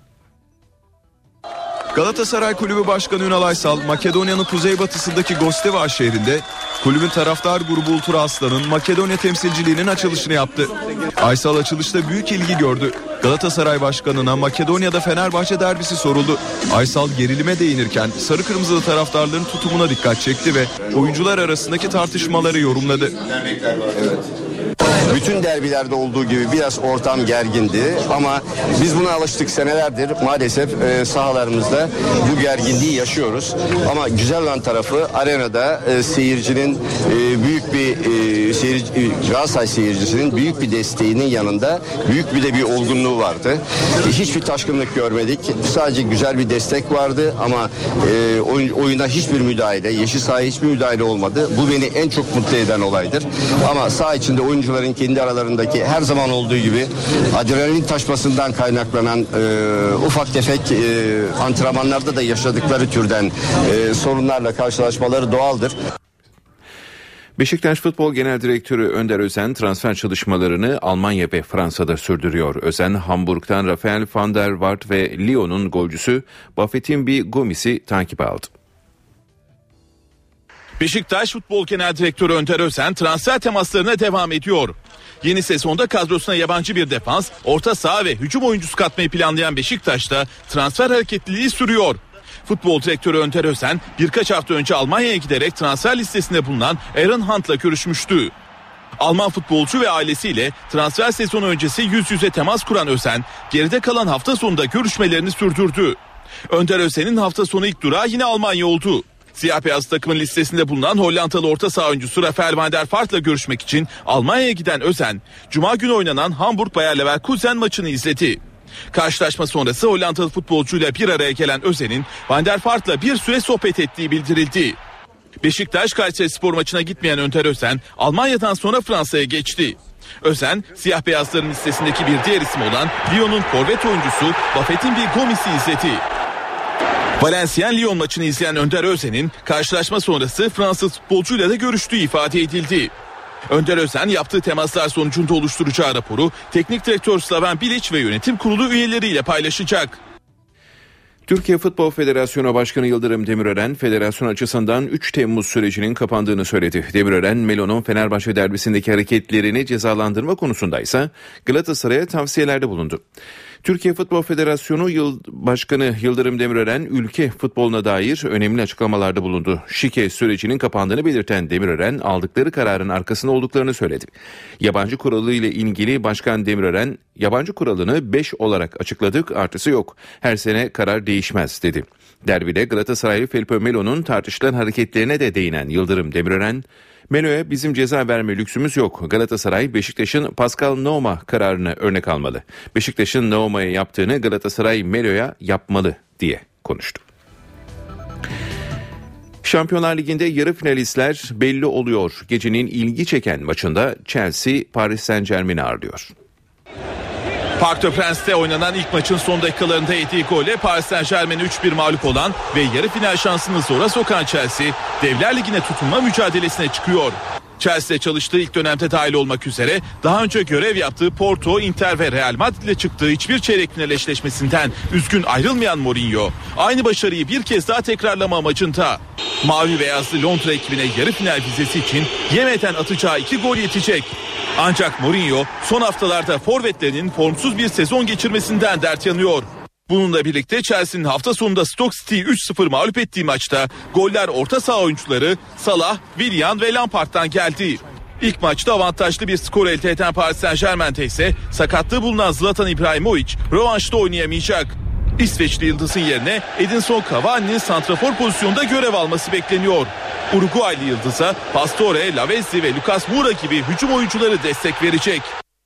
Galatasaray Kulübü Başkanı Ünal Aysal, Makedonya'nın kuzeybatısındaki Gosteva şehrinde kulübün taraftar grubu Ultra Aslan'ın Makedonya temsilciliğinin açılışını yaptı. Aysal açılışta büyük ilgi gördü. Galatasaray Başkanı'na Makedonya'da Fenerbahçe derbisi soruldu. Aysal gerilime değinirken sarı kırmızılı taraftarların tutumuna dikkat çekti ve oyuncular arasındaki tartışmaları yorumladı. Bütün derbilerde olduğu gibi biraz ortam gergindi ama biz buna alıştık senelerdir. Maalesef sahalarımızda bu gerginliği yaşıyoruz. Ama güzel olan tarafı arenada seyircinin büyük bir Galatasaray seyircisinin büyük bir desteğinin yanında büyük bir olgunluğu vardı. Hiçbir taşkınlık görmedik. Sadece güzel bir destek vardı ama oyuna hiçbir müdahale, yeşil sahaya hiçbir müdahale olmadı. Bu beni en çok mutlu eden olaydır. Ama saha içinde oyuncuların kendi aralarındaki her zaman olduğu gibi adrenalin taşmasından kaynaklanan ufak tefek antrenmanlarda da yaşadıkları türden sorunlarla karşılaşmaları doğaldır. Beşiktaş Futbol Genel Direktörü Önder Özen transfer çalışmalarını Almanya ve Fransa'da sürdürüyor. Özen, Hamburg'dan Rafael van der Vaart ve Lyon'un golcüsü Bafetimbi Gomis'i takip aldı. Beşiktaş Futbol Genel Direktörü Önder Özen transfer temaslarına devam ediyor. Yeni sezonda kadrosuna yabancı bir defans, orta saha ve hücum oyuncusu katmayı planlayan Beşiktaş'ta transfer hareketliliği sürüyor. Futbol direktörü Önder Özen birkaç hafta önce Almanya'ya giderek transfer listesinde bulunan Aaron Hunt'la görüşmüştü. Alman futbolcu ve ailesiyle transfer sezonu öncesi yüz yüze temas kuran Özen, geride kalan hafta sonunda görüşmelerini sürdürdü. Önder Özen'in hafta sonu ilk durağı yine Almanya oldu. Siyah beyaz takımın listesinde bulunan Hollandalı orta saha oyuncusu Rafael van der Vaart'la görüşmek için Almanya'ya giden Özen, Cuma günü oynanan Hamburg Bayer Leverkusen maçını izledi. Karşılaşma sonrası Hollandalı futbolcuyla bir araya gelen Özen'in Van der Vaart'la bir süre sohbet ettiği bildirildi. Beşiktaş Kayserispor maçına gitmeyen Önder Özen, Almanya'dan sonra Fransa'ya geçti. Özen, siyah beyazların listesindeki bir diğer isim olan Lyon'un forvet oyuncusu Bafetimbi Gomis'i izledi. Valenciennes-Lyon maçını izleyen Önder Özen'in karşılaşma sonrası Fransız futbolcuyla da görüştüğü ifade edildi. Önder Özen yaptığı temaslar sonucunda oluşturacağı raporu teknik direktör Slaven Bilic ve yönetim kurulu üyeleriyle paylaşacak. Türkiye Futbol Federasyonu Başkanı Yıldırım Demirören, federasyon açısından 3 Temmuz sürecinin kapandığını söyledi. Demirören, Melo'nun Fenerbahçe derbisindeki hareketlerini cezalandırma konusundaysa Galatasaray'a tavsiyelerde bulundu. Türkiye Futbol Federasyonu Başkanı Yıldırım Demirören, ülke futboluna dair önemli açıklamalarda bulundu. Şike sürecinin kapandığını belirten Demirören, aldıkları kararın arkasında olduklarını söyledi. Yabancı kuralı ile ilgili Başkan Demirören, yabancı kuralını 5 olarak açıkladık, artısı yok. Her sene karar değişmez dedi. Derbide Galatasaraylı Felipe Melo'nun tartışılan hareketlerine de değinen Yıldırım Demirören, Melo'ya bizim ceza verme lüksümüz yok. Galatasaray, Beşiktaş'ın Pascal Nouma kararını örnek almalı. Beşiktaş'ın Nouma'ya yaptığını Galatasaray Melo'ya yapmalı diye konuştu. Şampiyonlar Ligi'nde yarı finalistler belli oluyor. Gecenin ilgi çeken maçında Chelsea Paris Saint-Germain'i ağırlıyor. Parc des Prince'te oynanan ilk maçın son dakikalarında yediği golle Paris Saint-Germain'e 3-1 mağlup olan ve yarı final şansını zora sokan Chelsea, Devler Ligi'ne tutunma mücadelesine çıkıyor. Chelsea'de çalıştığı ilk dönemde dahil olmak üzere daha önce görev yaptığı Porto, Inter ve Real Madrid ile çıktığı hiçbir çeyrek final eşleşmesinden üzgün ayrılmayan Mourinho, aynı başarıyı bir kez daha tekrarlama amacında. Mavi beyazlı Londra ekibine yarı final vizesi için yemeden atacağı 2 gol yetecek. Ancak Mourinho son haftalarda forvetlerinin formsuz bir sezon geçirmesinden dert yanıyor. Bununla birlikte Chelsea'nin hafta sonunda Stoke City'yi 3-0 mağlup ettiği maçta goller orta saha oyuncuları Salah, Willian ve Lampard'dan geldi. İlk maçta avantajlı bir skor elde eden Paris Saint-Germain'de ise sakatlığı bulunan Zlatan İbrahimovic rövanşta oynayamayacak. İsveçli yıldızın yerine Edinson Cavani'nin santrafor pozisyonda görev alması bekleniyor. Uruguaylı yıldıza Pastore, Lavezzi ve Lucas Moura gibi hücum oyuncuları destek verecek.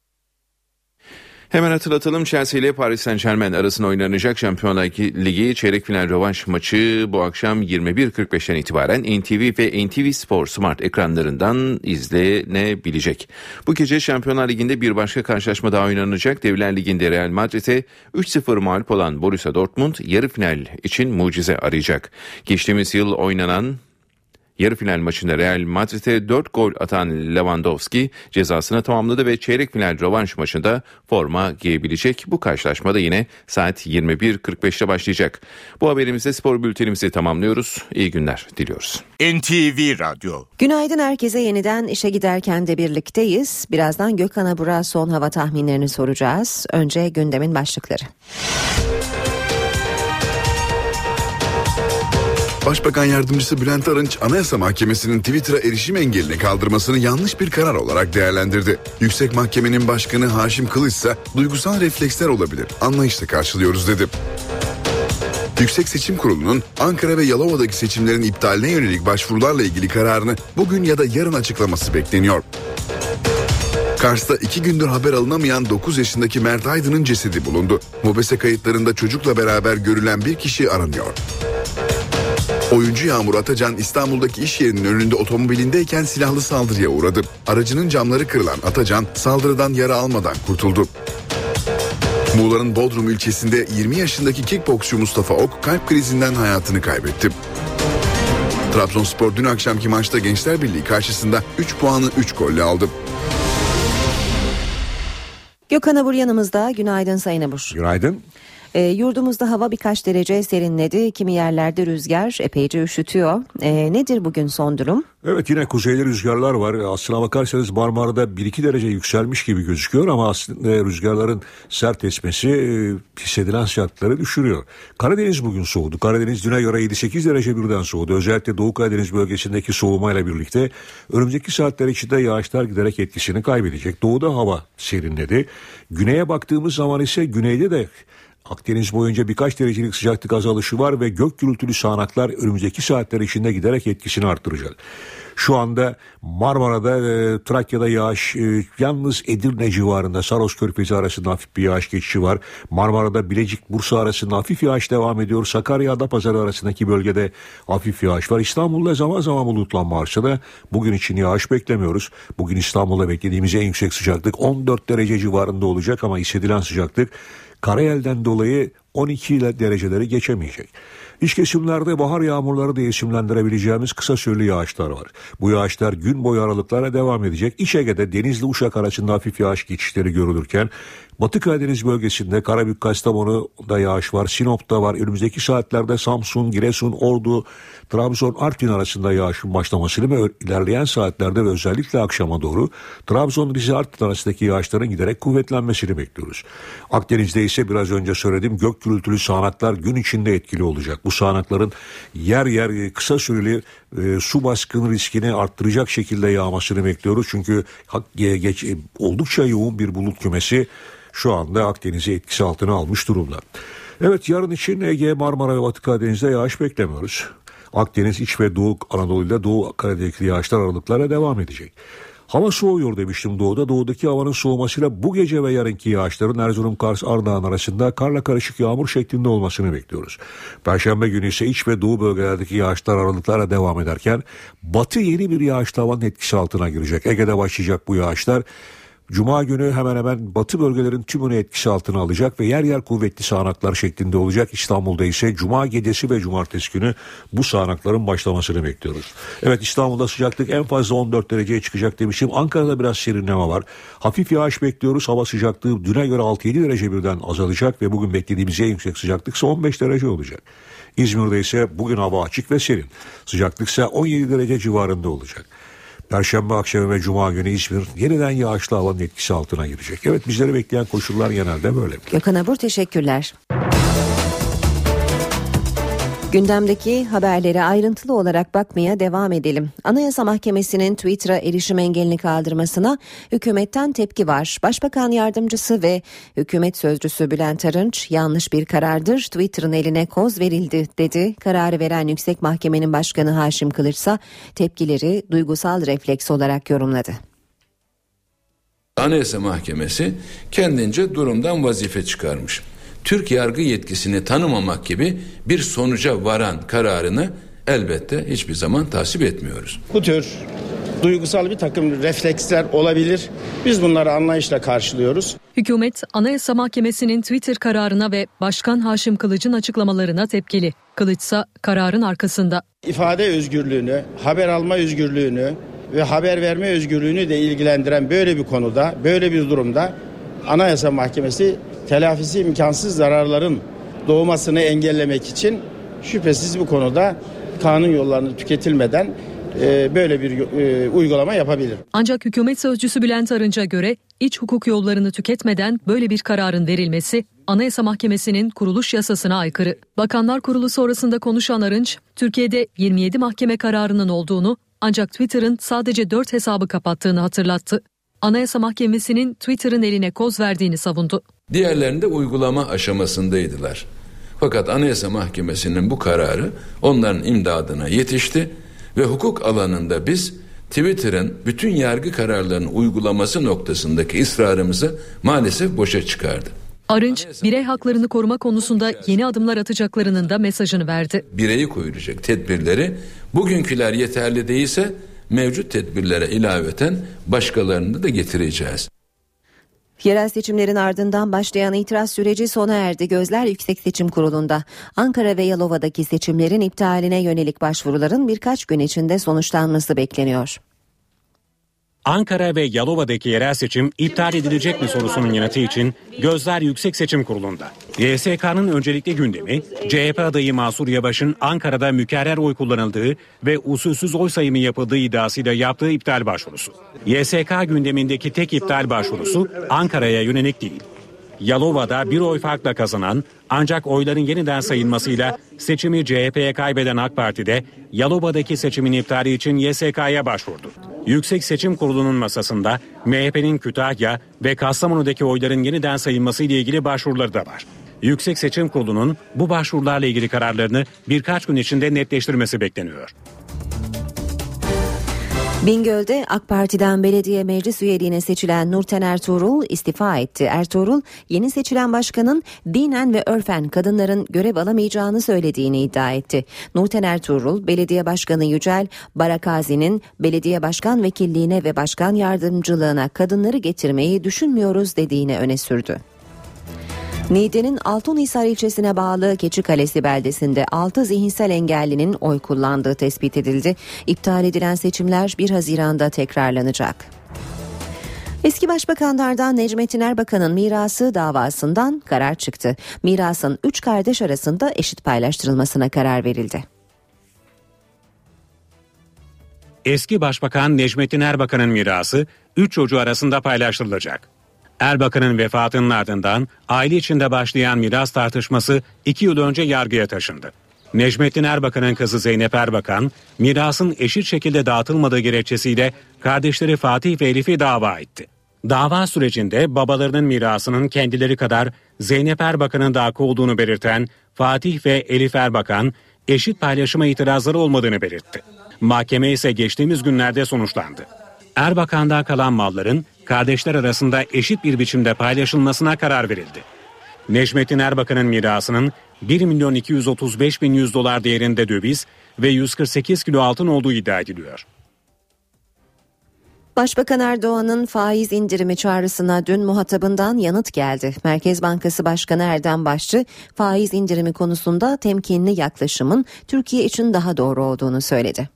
Hemen hatırlatalım, Chelsea ile Paris Saint-Germain arasında oynanacak Şampiyonlar Ligi çeyrek final rövanş maçı bu akşam 21.45'ten itibaren NTV ve NTV Spor Smart ekranlarından izlenebilecek. Bu gece Şampiyonlar Ligi'nde bir başka karşılaşma daha oynanacak. Devler Ligi'nde Real Madrid'e 3-0 mağlup olan Borussia Dortmund yarı final için mucize arayacak. Geçtiğimiz yıl oynanan yarı final maçında Real Madrid'e 4 gol atan Lewandowski cezasını tamamladı ve çeyrek final rövanş maçında forma giyebilecek. Bu karşılaşmada yine saat 21.45'te başlayacak. Bu haberimizde spor bültenimizi tamamlıyoruz. İyi günler diliyoruz. NTV Radyo. Günaydın herkese, yeniden işe giderken de birlikteyiz. Birazdan Gökhan Abur'a son hava tahminlerini soracağız. Önce gündemin başlıkları. Başbakan Yardımcısı Bülent Arınç, Anayasa Mahkemesi'nin Twitter'a erişim engelini kaldırmasını yanlış bir karar olarak değerlendirdi. Yüksek Mahkemenin Başkanı Haşim Kılıç ise duygusal refleksler olabilir, anlayışla karşılıyoruz dedi. Yüksek Seçim Kurulu'nun Ankara ve Yalova'daki seçimlerin iptaline yönelik başvurularla ilgili kararını bugün ya da yarın açıklaması bekleniyor. Kars'ta 2 gündür haber alınamayan 9 yaşındaki Mert Aydın'ın cesedi bulundu. MOBESE kayıtlarında çocukla beraber görülen bir kişi aranıyor. Oyuncu Yağmur Atacan İstanbul'daki iş yerinin önünde otomobilindeyken silahlı saldırıya uğradı. Aracının camları kırılan Atacan saldırıdan yara almadan kurtuldu. Muğla'nın Bodrum ilçesinde 20 yaşındaki kickboksçu Mustafa Ok kalp krizinden hayatını kaybetti. Trabzonspor dün akşamki maçta Gençler Birliği karşısında 3 puanı 3 golle aldı. Gökhan Abur yanımızda. Günaydın Sayın Abur. Günaydın. Yurdumuzda hava birkaç derece serinledi. Kimi yerlerde rüzgar epeyce üşütüyor. Nedir bugün son durum? Evet, yine kuzeyli rüzgarlar var. Aslına bakarsanız Marmara'da 1-2 derece yükselmiş gibi gözüküyor ama aslında rüzgarların sert esmesi hissedilen sıcaklıkları düşürüyor. Karadeniz bugün soğudu. Karadeniz düne göre 7-8 derece birden soğudu. Özellikle Doğu Karadeniz bölgesindeki soğumayla birlikte önümüzdeki saatler içinde yağışlar giderek etkisini kaybedecek. Doğuda hava serinledi. Güneye baktığımız zaman ise güneyde de Akdeniz boyunca birkaç derecelik sıcaklık azalışı var ve gök gürültülü sağanaklar önümüzdeki saatler içinde giderek etkisini arttıracak. Şu anda Marmara'da, Trakya'da yağış, yalnız Edirne civarında Saros Körfezi arasında hafif bir yağış geçişi var. Marmara'da Bilecik, Bursa arasında hafif yağış devam ediyor. Sakarya, Adapazarı arasındaki bölgede hafif yağış var. İstanbul'da zaman zaman bulutlanma artsa da bugün için yağış beklemiyoruz. Bugün İstanbul'da beklediğimiz en yüksek sıcaklık 14 derece civarında olacak ama hissedilen sıcaklık karayelden dolayı 12 dereceleri geçemeyecek. İç kesimlerde bahar yağmurları diye isimlendirebileceğimiz kısa süreli yağışlar var. Bu yağışlar gün boyu aralıklarla devam edecek. İç Ege'de Denizli Uşak arasında hafif yağış geçişleri görülürken Batı Karadeniz bölgesinde Karabük, Kastamonu'da yağış var, Sinop'ta var. Önümüzdeki saatlerde Samsun, Giresun, Ordu, Trabzon, Artvin arasında yağışın başlamasını ve ilerleyen saatlerde ve özellikle akşama doğru Trabzon, Rize, Artvin arasındaki yağışların giderek kuvvetlenmesini bekliyoruz. Akdeniz'de ise biraz önce söylediğim gök gürültülü sağanaklar gün içinde etkili olacak. Bu sağanakların yer yer kısa süreli su baskını riskini arttıracak şekilde yağmasını bekliyoruz. Çünkü oldukça yoğun bir bulut kümesi şu anda Akdeniz'i etkisi altına almış durumda. Evet, yarın için Ege, Marmara ve Batı Karadeniz'de yağış beklemiyoruz. Akdeniz, İç ve Doğu Anadolu ile Doğu Karadeniz'deki yağışlar aralıklarla devam edecek. Hava soğuyor demiştim doğuda. Doğudaki havanın soğumasıyla bu gece ve yarınki yağışların Erzurum, Kars, Ardahan arasında karla karışık yağmur şeklinde olmasını bekliyoruz. Perşembe günü ise iç ve doğu bölgelerdeki yağışlar aralıklarla devam ederken batı yeni bir yağışlı havanın etkisi altına girecek. Ege'de başlayacak bu yağışlar. Cuma günü hemen hemen batı bölgelerin tümünü etkisi altına alacak ve yer yer kuvvetli sağanaklar şeklinde olacak. İstanbul'da ise Cuma gecesi ve Cumartesi günü bu sağanakların başlamasını bekliyoruz. Evet, İstanbul'da sıcaklık en fazla 14 dereceye çıkacak demiştim. Ankara'da biraz serinleme var. Hafif yağış bekliyoruz. Hava sıcaklığı düne göre 6-7 derece birden azalacak ve bugün beklediğimiz en yüksek sıcaklık ise 15 derece olacak. İzmir'de ise bugün hava açık ve serin. Sıcaklık ise 17 derece civarında olacak. Perşembe akşamı ve Cuma günü İzmir yeniden yağışlı havanın etkisi altına girecek. Evet, bizleri bekleyen koşullar genelde böyle. Gökhan Abur, teşekkürler. Gündemdeki haberlere ayrıntılı olarak bakmaya devam edelim. Anayasa Mahkemesi'nin Twitter'a erişim engelini kaldırmasına hükümetten tepki var. Başbakan Yardımcısı ve hükümet sözcüsü Bülent Arınç, yanlış bir karardır, Twitter'ın eline koz verildi dedi. Kararı veren Yüksek Mahkemenin Başkanı Haşim Kılıç ise tepkileri duygusal refleks olarak yorumladı. Anayasa Mahkemesi kendince durumdan vazife çıkarmış. Türk yargı yetkisini tanımamak gibi bir sonuca varan kararını elbette hiçbir zaman tasvip etmiyoruz. Bu tür duygusal bir takım refleksler olabilir. Biz bunları anlayışla karşılıyoruz. Hükümet, Anayasa Mahkemesi'nin Twitter kararına ve Başkan Haşim Kılıç'ın açıklamalarına tepkili. Kılıç ise kararın arkasında. İfade özgürlüğünü, haber alma özgürlüğünü ve haber verme özgürlüğünü de ilgilendiren böyle bir konuda, böyle bir durumda Anayasa Mahkemesi telafisi imkansız zararların doğmasını engellemek için şüphesiz bu konuda kanun yollarını tüketilmeden böyle bir uygulama yapabilir. Ancak hükümet sözcüsü Bülent Arınç'a göre iç hukuk yollarını tüketmeden böyle bir kararın verilmesi Anayasa Mahkemesi'nin kuruluş yasasına aykırı. Bakanlar Kurulu sonrasında konuşan Arınç, Türkiye'de 27 mahkeme kararının olduğunu ancak Twitter'ın sadece 4 hesabı kapattığını hatırlattı. Anayasa Mahkemesi'nin Twitter'ın eline koz verdiğini savundu. Diğerlerinde uygulama aşamasındaydılar. Fakat Anayasa Mahkemesi'nin bu kararı onların imdadına yetişti ve hukuk alanında biz Twitter'ın bütün yargı kararlarının uygulaması noktasındaki ısrarımızı maalesef boşa çıkardı. Arınç, birey haklarını koruma konusunda yeni adımlar atacaklarının da mesajını verdi. Bireyi koyulacak tedbirleri bugünküler yeterli değilse mevcut tedbirlere ilaveten başkalarını da getireceğiz. Yerel seçimlerin ardından başlayan itiraz süreci sona erdi. Gözler Yüksek Seçim Kurulu'nda. Ankara ve Yalova'daki seçimlerin iptaline yönelik başvuruların birkaç gün içinde sonuçlanması bekleniyor. Ankara ve Yalova'daki yerel seçim iptal edilecek mi sorusunun yanıtı için gözler Yüksek Seçim Kurulu'nda. YSK'nın öncelikli gündemi CHP adayı Mansur Yavaş'ın Ankara'da mükerrer oy kullanıldığı ve usulsüz oy sayımı yapıldığı iddiasıyla yaptığı iptal başvurusu. YSK gündemindeki tek iptal başvurusu Ankara'ya yönelik değil. Yalova'da bir oy farkla kazanan ancak oyların yeniden sayılmasıyla seçimi CHP'ye kaybeden AK Parti'de Yalova'daki seçimin iptali için YSK'ya başvurdu. Yüksek Seçim Kurulu'nun masasında MHP'nin Kütahya ve Kastamonu'daki oyların yeniden sayılması ile ilgili başvuruları da var. Yüksek Seçim Kurulu'nun bu başvurularla ilgili kararlarını birkaç gün içinde netleştirmesi bekleniyor. Bingöl'de AK Parti'den belediye meclis üyeliğine seçilen Nurten Ertuğrul istifa etti. Ertuğrul, yeni seçilen başkanın dinen ve örfen kadınların görev alamayacağını söylediğini iddia etti. Nurten Ertuğrul, belediye başkanı Yücel Barakazi'nin belediye başkan vekilliğine ve başkan yardımcılığına kadınları getirmeyi düşünmüyoruz dediğini öne sürdü. Niğde'nin Altunhisar ilçesine bağlı Keçikalesi beldesinde 6 zihinsel engellinin oy kullandığı tespit edildi. İptal edilen seçimler 1 Haziran'da tekrarlanacak. Eski başbakanlardan Necmettin Erbakan'ın mirası davasından karar çıktı. Mirasın 3 kardeş arasında eşit paylaştırılmasına karar verildi. Eski Başbakan Necmettin Erbakan'ın mirası 3 çocuğu arasında paylaştırılacak. Erbakan'ın vefatının ardından aile içinde başlayan miras tartışması 2 yıl önce yargıya taşındı. Necmettin Erbakan'ın kızı Zeynep Erbakan, mirasın eşit şekilde dağıtılmadığı gerekçesiyle kardeşleri Fatih ve Elif'i dava etti. Dava sürecinde babalarının mirasının kendileri kadar Zeynep Erbakan'ın da hakkı olduğunu belirten Fatih ve Elif Erbakan, eşit paylaşıma itirazları olmadığını belirtti. Mahkeme ise geçtiğimiz günlerde sonuçlandı. Erbakan'dan kalan malların kardeşler arasında eşit bir biçimde paylaşılmasına karar verildi. Necmettin Erbakan'ın mirasının 1.235.100 dolar değerinde döviz ve 148 kilo altın olduğu iddia ediliyor. Başbakan Erdoğan'ın faiz indirimi çağrısına dün muhatabından yanıt geldi. Merkez Bankası Başkanı Erdem Başçı, faiz indirimi konusunda temkinli yaklaşımın Türkiye için daha doğru olduğunu söyledi.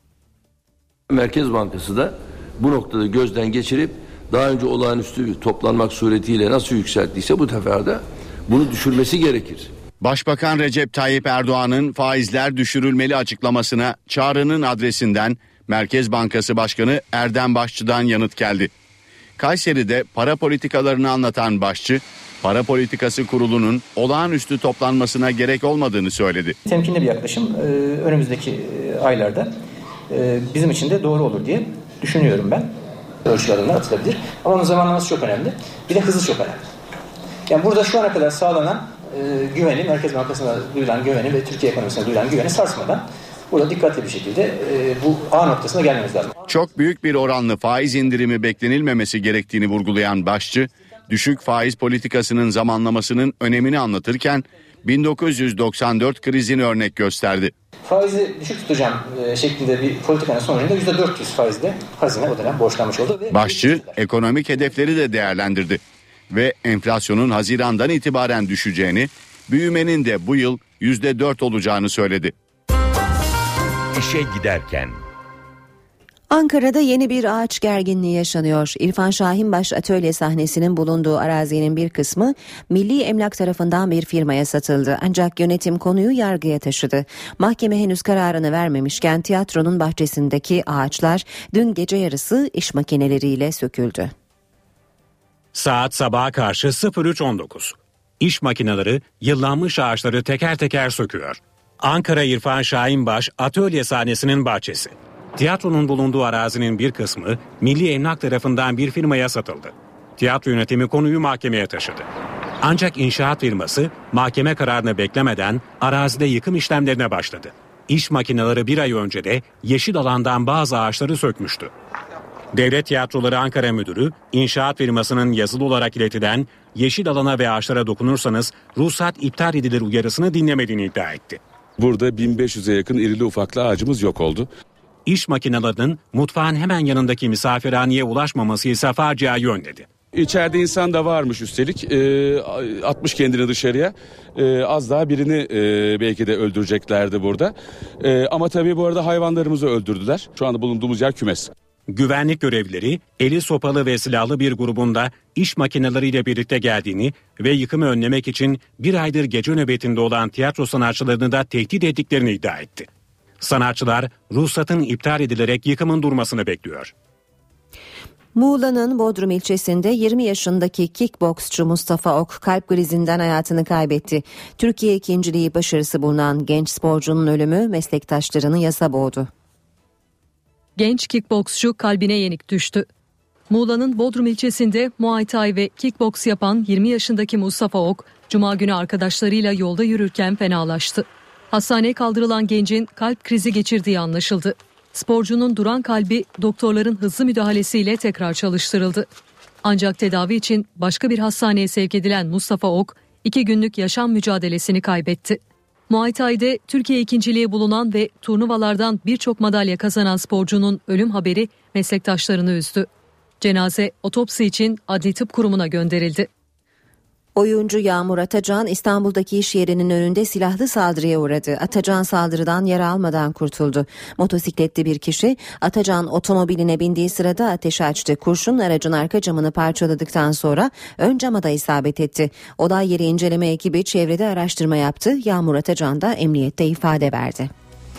Merkez Bankası da bu noktada gözden geçirip daha önce olağanüstü toplanmak suretiyle nasıl yükselttiyse bu sefer de bunu düşürmesi gerekir. Başbakan Recep Tayyip Erdoğan'ın faizler düşürülmeli açıklamasına çağrının adresinden Merkez Bankası Başkanı Erdem Başçı'dan yanıt geldi. Kayseri'de para politikalarını anlatan Başçı, Para Politikası Kurulu'nun olağanüstü toplanmasına gerek olmadığını söyledi. Temkinli bir yaklaşım önümüzdeki aylarda bizim için de doğru olur diye düşünüyorum ben. Ölçülerinde atılabilir ama onun zamanlaması çok önemli. Bir de hızı çok önemli. Yani burada şu ana kadar sağlanan güveni, Merkez Bankası'na duyulan güveni ve Türkiye ekonomisine duyulan güveni sarsmadan burada dikkatli bir şekilde bu A noktasına gelmemiz lazım. Çok büyük bir oranlı faiz indirimi beklenilmemesi gerektiğini vurgulayan Başçı, düşük faiz politikasının zamanlamasının önemini anlatırken 1994 krizini örnek gösterdi. Faizi düşük tutacağım şeklinde bir politikanın sonucunda %400 faizle hazine o dönem borçlanmış oldu. Başçı ekonomik hedefleri de değerlendirdi ve enflasyonun Haziran'dan itibaren düşeceğini, büyümenin de bu yıl %4 olacağını söyledi. İşe giderken. Ankara'da yeni bir ağaç gerginliği yaşanıyor. İrfan Şahinbaş atölye sahnesinin bulunduğu arazinin bir kısmı Milli Emlak tarafından bir firmaya satıldı. Ancak yönetim konuyu yargıya taşıdı. Mahkeme henüz kararını vermemişken tiyatronun bahçesindeki ağaçlar dün gece yarısı iş makineleriyle söküldü. Saat sabaha karşı 03.19. İş makineleri yıllanmış ağaçları teker teker söküyor. Ankara İrfan Şahinbaş atölye sahnesinin bahçesi. Tiyatronun bulunduğu arazinin bir kısmı Milli Emlak tarafından bir firmaya satıldı. Tiyatro yönetimi konuyu mahkemeye taşıdı. Ancak inşaat firması mahkeme kararını beklemeden arazide yıkım işlemlerine başladı. İş makineleri bir ay önce de yeşil alandan bazı ağaçları sökmüştü. Devlet Tiyatroları Ankara Müdürü, inşaat firmasının yazılı olarak iletilen yeşil alana ve ağaçlara dokunursanız ruhsat iptal edilir uyarısını dinlemediğini iddia etti. Burada 1500'e yakın irili ufaklı ağacımız yok oldu. İş makinelerinin mutfağın hemen yanındaki misafirhaneye ulaşmaması ise faciayı önledi. İçeride insan da varmış üstelik. Atmış kendini dışarıya. Az daha birini belki de öldüreceklerdi burada. Ama tabii bu arada hayvanlarımızı öldürdüler. Şu anda bulunduğumuz yer kümes. Güvenlik görevlileri eli sopalı ve silahlı bir grubunda iş makineleriyle birlikte geldiğini ve yıkımı önlemek için bir aydır gece nöbetinde olan tiyatro sanatçılarını da tehdit ettiklerini iddia etti. Sanatçılar ruhsatın iptal edilerek yıkımın durmasını bekliyor. Muğla'nın Bodrum ilçesinde 20 yaşındaki kickboksçu Mustafa Ok kalp krizinden hayatını kaybetti. Türkiye ikinciliği başarısı bulunan genç sporcunun ölümü meslektaşlarını yasa boğdu. Genç kickboksçu kalbine yenik düştü. Muğla'nın Bodrum ilçesinde Muay Thai ve kickboks yapan 20 yaşındaki Mustafa Ok, Cuma günü arkadaşlarıyla yolda yürürken fenalaştı. Hastaneye kaldırılan gencin kalp krizi geçirdiği anlaşıldı. Sporcunun duran kalbi doktorların hızlı müdahalesiyle tekrar çalıştırıldı. Ancak tedavi için başka bir hastaneye sevk edilen Mustafa Ok, 2 günlük yaşam mücadelesini kaybetti. Muay Thai'de Türkiye ikinciliği bulunan ve turnuvalardan birçok madalya kazanan sporcunun ölüm haberi meslektaşlarını üzdü. Cenaze otopsi için Adli Tıp Kurumu'na gönderildi. Oyuncu Yağmur Atacan İstanbul'daki iş yerinin önünde silahlı saldırıya uğradı. Atacan saldırıdan yara almadan kurtuldu. Motosikletli bir kişi Atacan otomobiline bindiği sırada ateş açtı. Kurşun aracın arka camını parçaladıktan sonra ön cama da isabet etti. Olay yeri inceleme ekibi çevrede araştırma yaptı. Yağmur Atacan da emniyette ifade verdi.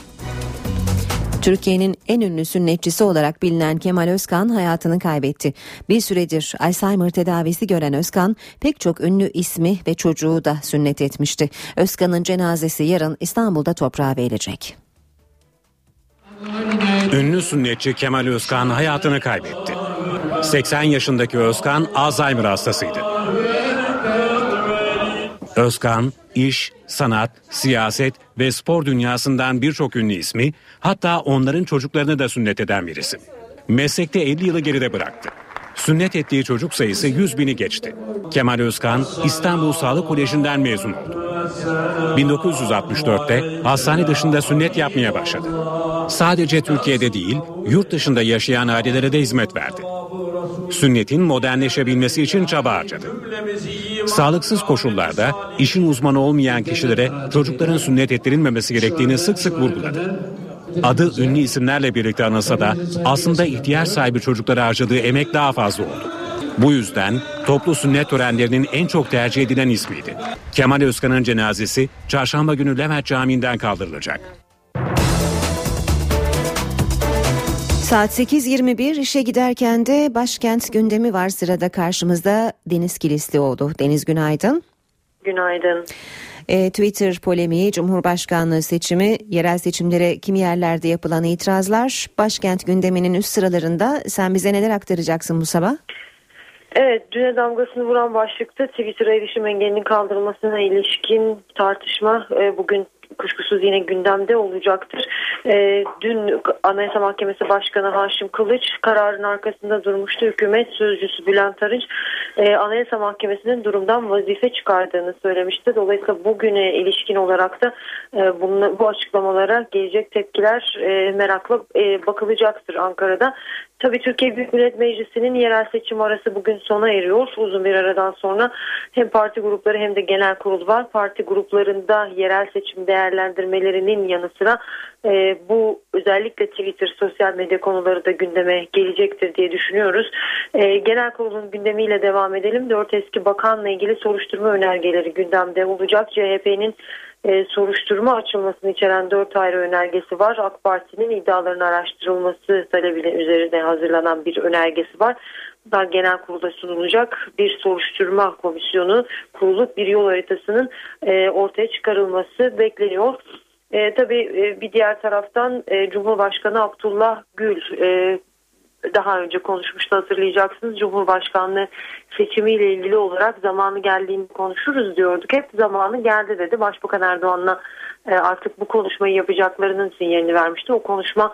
Türkiye'nin en ünlü sünnetçisi olarak bilinen Kemal Özkan hayatını kaybetti. Bir süredir Alzheimer tedavisi gören Özkan pek çok ünlü ismi ve çocuğu da sünnet etmişti. Özkan'ın cenazesi yarın İstanbul'da toprağa verilecek. Ünlü sünnetçi Kemal Özkan hayatını kaybetti. 80 yaşındaki Özkan Alzheimer hastasıydı. Özkan, iş, sanat, siyaset ve spor dünyasından birçok ünlü ismi, hatta onların çocuklarını da sünnet eden bir isim. Meslekte 50 yılı geride bıraktı. Sünnet ettiği çocuk sayısı 100.000'i geçti. Kemal Özkan, İstanbul Sağlık Koleji'nden mezun oldu. 1964'te hastane dışında sünnet yapmaya başladı. Sadece Türkiye'de değil, yurt dışında yaşayan ailelere de hizmet verdi. Sünnetin modernleşebilmesi için çaba harcadı. Sağlıksız koşullarda işin uzmanı olmayan kişilere çocukların sünnet ettirilmemesi gerektiğini sık sık vurguladı. Adı ünlü isimlerle birlikte anılsa da aslında ihtiyaç sahibi çocuklara harcadığı emek daha fazla oldu. Bu yüzden toplu sünnet törenlerinin en çok tercih edilen ismiydi. Kemal Özkan'ın cenazesi çarşamba günü Levent Camii'nden kaldırılacak. Saat 8.21 işe giderken de başkent gündemi var. Sırada karşımızda Deniz Kilislioğlu. Deniz, günaydın. Günaydın. Twitter polemiği, Cumhurbaşkanlığı seçimi, yerel seçimlere kimi yerlerde yapılan itirazlar başkent gündeminin üst sıralarında. Sen bize neler aktaracaksın bu sabah? Evet, düne damgasını vuran başlıkta Twitter'a erişim engelinin kaldırılmasına ilişkin tartışma bugün kuşkusuz yine gündemde olacaktır. Dün Anayasa Mahkemesi Başkanı Haşim Kılıç kararın arkasında durmuştu. Hükümet sözcüsü Bülent Arınç Anayasa Mahkemesi'nin durumdan vazife çıkardığını söylemişti. Dolayısıyla bugüne ilişkin olarak da bu açıklamalara gelecek tepkiler merakla bakılacaktır Ankara'da. Tabii Türkiye Büyük Millet Meclisi'nin yerel seçim arası bugün sona eriyor. Uzun bir aradan sonra hem parti grupları hem de genel kurul var. Parti gruplarında yerel seçim değerlendirmelerinin yanı sıra bu özellikle Twitter, sosyal medya konuları da gündeme gelecektir diye düşünüyoruz. Genel kurulun gündemiyle devam edelim. 4 eski bakanla ilgili soruşturma önergeleri gündemde olacak. CHP'nin soruşturma açılmasını içeren 4 ayrı önergesi var. AK Parti'nin iddiaların araştırılması talebinin üzerine hazırlanan bir önergesi var. Daha genel kurulda sunulacak bir soruşturma komisyonu kurulup bir yol haritasının ortaya çıkarılması bekleniyor. Tabii bir diğer taraftan Cumhurbaşkanı Abdullah Gül daha önce konuşmuştu, hatırlayacaksınız. Cumhurbaşkanlığı seçimiyle ilgili olarak zamanı geldiğini konuşuruz diyorduk. Hep zamanı geldi dedi. Başbakan Erdoğan'la artık bu konuşmayı yapacaklarının sinyalini vermişti. O konuşma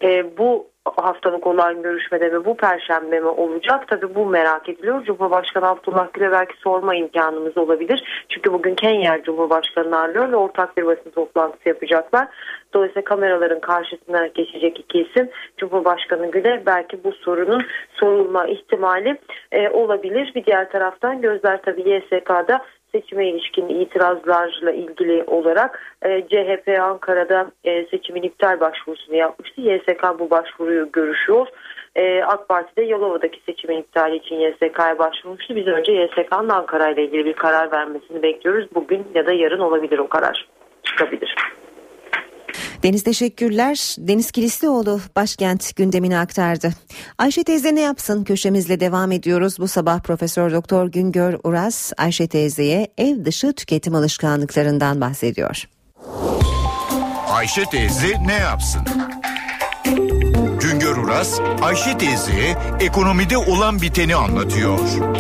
bu haftalık olan görüşmede mi, bu perşembe mi olacak? Tabii bu merak ediliyor. Cumhurbaşkanı Abdullah Gül'e belki sorma imkanımız olabilir. Çünkü bugün Kenya Cumhurbaşkanı'nı ağırlıyor ve ortak bir basın toplantısı yapacaklar. Dolayısıyla kameraların karşısına geçecek iki isim Cumhurbaşkanı Gül'e belki bu sorunun sorulma ihtimali olabilir. Bir diğer taraftan gözler tabii YSK'da seçime ilişkin itirazlarla ilgili olarak CHP Ankara'da seçimin iptal başvurusunu yapmıştı. YSK bu başvuruyu görüşüyor. AK Parti de Yalova'daki seçimin iptali için YSK'ya başvurmuştu. Biz önce YSK'nın Ankara ile ilgili bir karar vermesini bekliyoruz. Bugün ya da yarın olabilir, o karar çıkabilir. Deniz, teşekkürler. Deniz Kilislioğlu başkent gündemini aktardı. Ayşe teyze ne yapsın köşemizle devam ediyoruz. Bu sabah Profesör Doktor Güngör Uras Ayşe teyzeye ev dışı tüketim alışkanlıklarından bahsediyor. Ayşe teyze ne yapsın? Güngör Uras Ayşe teyzeye ekonomide olan biteni anlatıyor.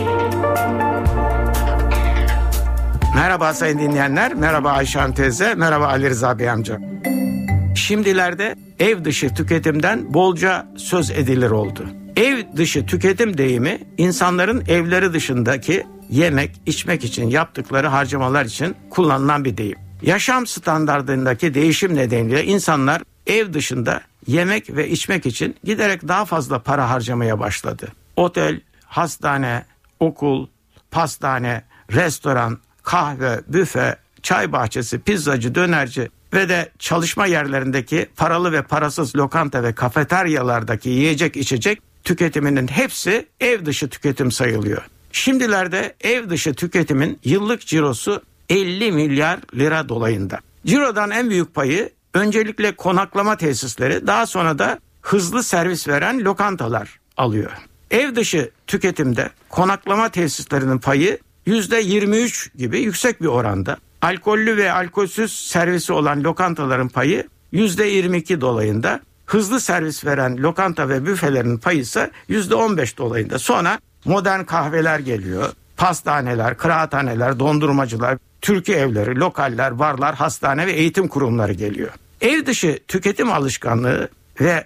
Merhaba sayın dinleyenler, merhaba Ayşe Hanım teyze, merhaba Ali Rıza Bey amca. Şimdilerde ev dışı tüketimden bolca söz edilir oldu. Ev dışı tüketim deyimi insanların evleri dışındaki yemek, içmek için yaptıkları harcamalar için kullanılan bir deyim. Yaşam standartlarındaki değişim nedeniyle insanlar ev dışında yemek ve içmek için giderek daha fazla para harcamaya başladı. Otel, hastane, okul, pastane, restoran, kahve, büfe, çay bahçesi, pizzacı, dönerci ve de çalışma yerlerindeki paralı ve parasız lokanta ve kafeteryalardaki yiyecek içecek tüketiminin hepsi ev dışı tüketim sayılıyor. Şimdilerde ev dışı tüketimin yıllık cirosu 50 milyar lira dolayında. Cirodan en büyük payı öncelikle konaklama tesisleri, daha sonra da hızlı servis veren lokantalar alıyor. Ev dışı tüketimde konaklama tesislerinin payı %23 gibi yüksek bir oranda. Alkollü ve alkolsüz servisi olan lokantaların payı %22 dolayında. Hızlı servis veren lokanta ve büfelerin payı ise %15 dolayında. Sonra modern kahveler geliyor. Pastaneler, kıraathaneler, dondurmacılar, türkü evleri, lokaller, barlar, hastane ve eğitim kurumları geliyor. Ev dışı tüketim alışkanlığı ve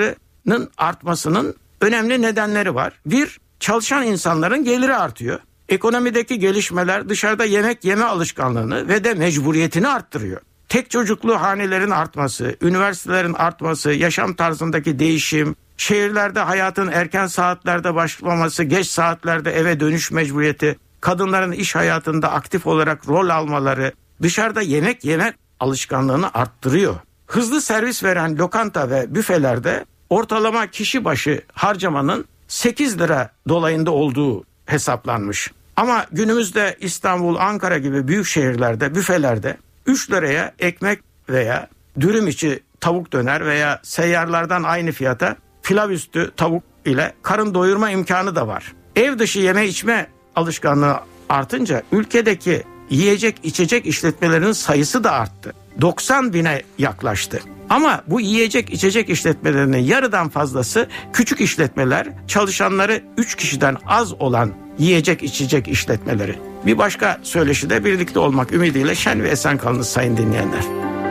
harcamalarının artmasının önemli nedenleri var. Bir, çalışan insanların geliri artıyor. Ekonomideki gelişmeler dışarıda yemek yeme alışkanlığını ve de mecburiyetini arttırıyor. Tek çocuklu hanelerin artması, üniversitelerin artması, yaşam tarzındaki değişim, şehirlerde hayatın erken saatlerde başlaması, geç saatlerde eve dönüş mecburiyeti, kadınların iş hayatında aktif olarak rol almaları dışarıda yemek yeme alışkanlığını arttırıyor. Hızlı servis veren lokanta ve büfelerde ortalama kişi başı harcamanın 8 lira dolayında olduğu hesaplanmış. Ama günümüzde İstanbul, Ankara gibi büyük şehirlerde, büfelerde 3 liraya ekmek veya dürüm içi tavuk döner veya seyyarlardan aynı fiyata pilav üstü tavuk ile karın doyurma imkanı da var. Ev dışı yeme içme alışkanlığı artınca ülkedeki yiyecek içecek işletmelerinin sayısı da arttı. 90 bine yaklaştı. Ama bu yiyecek içecek işletmelerinin yarıdan fazlası küçük işletmeler, çalışanları 3 kişiden az olan yiyecek içecek işletmeleri. Bir başka söyleşide birlikte olmak ümidiyle şen ve esen kalınız sayın dinleyenler.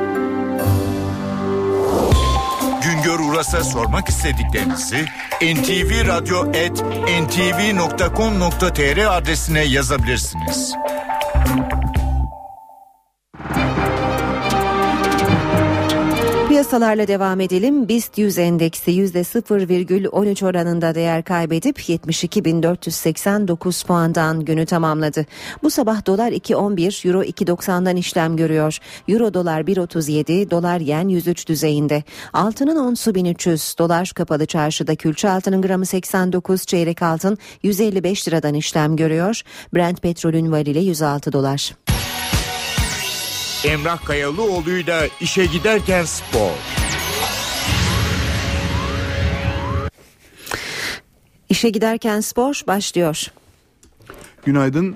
Güngör Uras'a sormak istediklerinizi ntvradyo@ntv.com.tr adresine yazabilirsiniz. Piyasalarla devam edelim. BIST 100 endeksi %0,13 oranında değer kaybedip 72.489 puandan günü tamamladı. Bu sabah dolar 2.11, euro 2.90'dan işlem görüyor. Euro dolar 1.37, dolar yen 103 düzeyinde. Altının onsu 1300, dolar kapalı çarşıda külçe altının gramı 89, çeyrek altın 155 liradan işlem görüyor. Brent petrolün varili 106 dolar. Emrah Kayalıoğlu'yla işe giderken spor. İşe giderken spor başlıyor. Günaydın.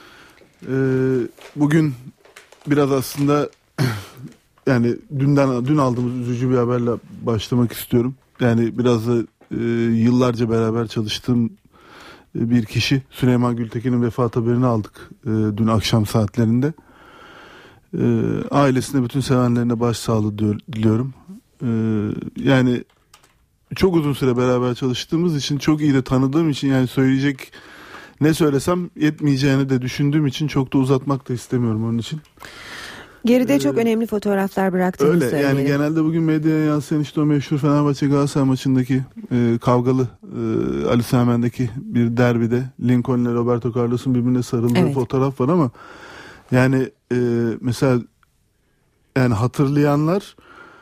Bugün biraz aslında yani dün aldığımız üzücü bir haberle başlamak istiyorum. Yani biraz da yıllarca beraber çalıştığım bir kişi, Süleyman Gültekin'in vefat haberini aldık dün akşam saatlerinde. Ailesine, bütün sevenlerine başsağlığı diliyorum. Yani çok uzun süre beraber çalıştığımız için, çok iyi de tanıdığım için, yani söyleyecek ne söylesem yetmeyeceğini de düşündüğüm için çok da uzatmak da istemiyorum onun için. Geride çok önemli fotoğraflar bıraktığını öyle, söyleyelim. Yani genelde bugün medyaya yansıyan işte o meşhur Fenerbahçe Galatasaray maçındaki kavgalı Ali Sami'ndeki bir derbide Lincoln ile Roberto Carlos'un birbirine sarıldığı fotoğraf var ama yani mesela yani hatırlayanlar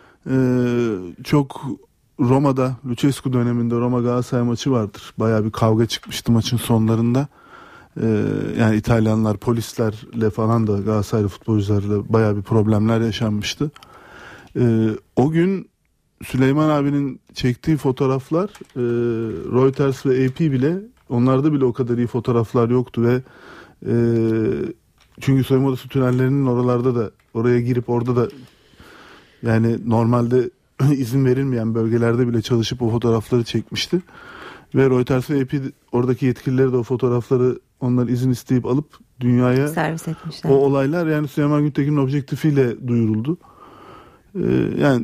çok Roma'da Lucescu döneminde Roma Galatasaray maçı vardır. Bayağı bir kavga çıkmıştı maçın sonlarında. Yani İtalyanlar polislerle falan da Galatasaraylı futbolcularla bayağı bir problemler yaşanmıştı. O gün Süleyman abinin çektiği fotoğraflar Reuters ve AP bile, onlarda bile o kadar iyi fotoğraflar yoktu ve çünkü soyunma odası tünellerinin oralarda da, oraya girip orada da yani normalde izin verilmeyen bölgelerde bile çalışıp o fotoğrafları çekmişti. Ve Reuters ve AP oradaki yetkilileri de o fotoğrafları onlar izin isteyip alıp dünyaya servis etmişler. O olaylar yani Süleyman Gültekin'in objektifiyle duyuruldu. Yani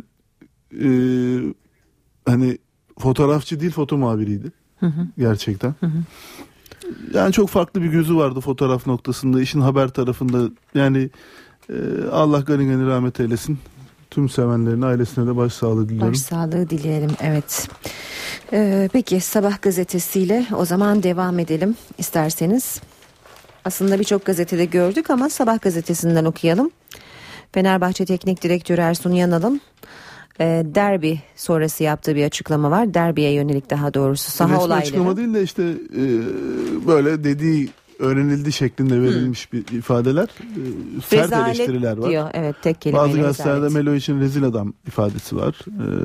hani fotoğrafçı değil, foto muhabiriydi. Gerçekten. Yani çok farklı bir gözü vardı fotoğraf noktasında, işin haber tarafında. Yani Allah gani gani rahmet eylesin. Tüm sevenlerine, ailesine de başsağlığı diliyorum. Başsağlığı dileyelim, evet. Peki Sabah gazetesiyle o zaman devam edelim isterseniz. Aslında birçok gazetede gördük ama Sabah gazetesinden okuyalım. Fenerbahçe Teknik Direktörü Ersun Yanal'ın derbi sonrası yaptığı bir açıklama var. Derbiye yönelik, daha doğrusu saha resmi olayları. Açıklama değil de işte böyle dediği öğrenildi şeklinde verilmiş bir ifadeler. Sert Rezalet eleştiriler var. diyor. Evet, tek kelimeyle bazı gazetelerde rezalet. Melo için rezil adam ifadesi var.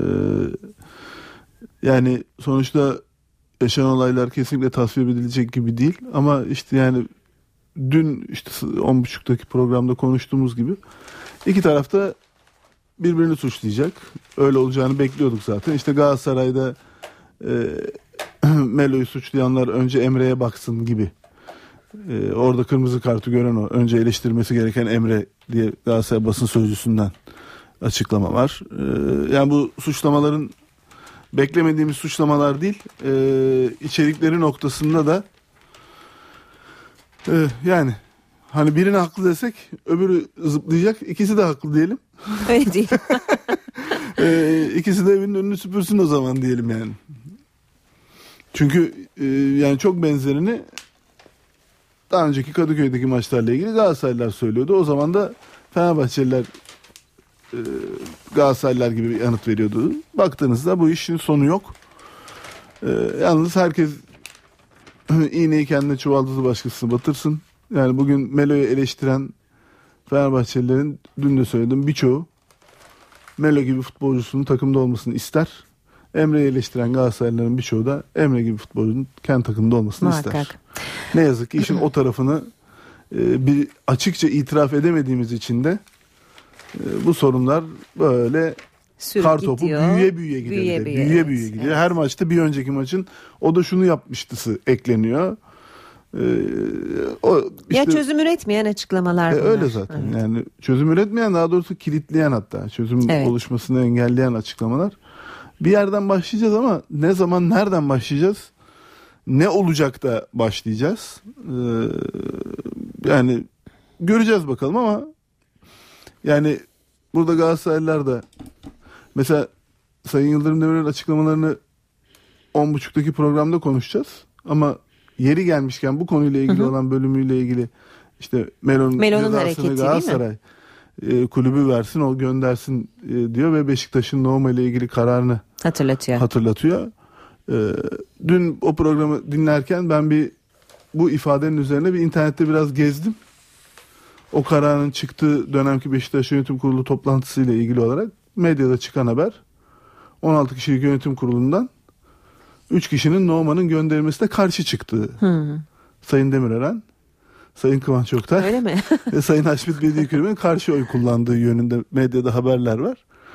Yani sonuçta yaşanan olaylar kesinlikle tasvip edilecek gibi değil. Ama işte yani dün işte 10.30'daki programda konuştuğumuz gibi iki tarafta birbirini suçlayacak. Öyle olacağını bekliyorduk zaten. İşte Galatasaray'da Melo'yu suçlayanlar önce Emre'ye baksın gibi. Orada kırmızı kartı gören o. Önce eleştirmesi gereken Emre diye Galatasaray basın sözcüsünden açıklama var. Yani bu suçlamaların beklemediğimiz suçlamalar değil. İçerikleri noktasında da Yani hani birini haklı desek öbürü zıplayacak. İkisi de haklı diyelim. Öyle değil. İkisi de evinin önünü süpürsün o zaman diyelim yani. Çünkü yani çok benzerini daha önceki Kadıköy'deki maçlarla ilgili Galatasaraylılar söylüyordu. O zaman da Fenerbahçeliler Galatasaraylılar gibi bir yanıt veriyordu. Baktığınızda bu işin sonu yok. Yalnız herkes iğneyi kendine çuvaldızı başkasına batırsın. Yani bugün Melo'yu eleştiren Fenerbahçelilerin dün de söyledim birçoğu Melo gibi futbolcusunun takımda olmasını ister. Emre'yi eleştiren Galatasaraylıların birçoğu da Emre gibi futbolcunun kendi takımda olmasını ister. Ne yazık ki işin o tarafını bir açıkça itiraf edemediğimiz için de bu sorunlar böyle kartopu büyüye gidiyor. Her maçta bir önceki maçın o da şunu yapmıştısı ekleniyor. Ya çözüm üretmeyen açıklamalar bunlar. Öyle zaten. Evet. Yani çözüm üretmeyen, daha doğrusu kilitleyen, hatta çözüm oluşmasını engelleyen açıklamalar. Bir yerden başlayacağız ama ne zaman, nereden başlayacağız? Ne olacak da başlayacağız? Yani göreceğiz bakalım ama yani burada Galatasaraylılar da mesela Sayın Yıldırım Demirel'in açıklamalarını 10.30'daki programda konuşacağız ama yeri gelmişken bu konuyla ilgili olan bölümüyle ilgili işte Melo'nun hareketi Galatasaray kulübü versin, o göndersin diyor ve Beşiktaş'ın Noma ile ilgili kararını hatırlatıyor. Dün o programı dinlerken ben bu ifadenin üzerine bir internette biraz gezdim. O kararın çıktığı dönemki Beşiktaş Yönetim Kurulu toplantısıyla ilgili olarak medyada çıkan haber 16 kişilik yönetim kurulundan 3 kişinin Noma'nın gönderilmesine karşı çıktığı. Sayın Demirören, Sayın Kıvanç Oktay öyle mi? Ve Sayın Haşmet Bediüzzaman'ın karşı oy kullandığı yönünde medyada haberler var.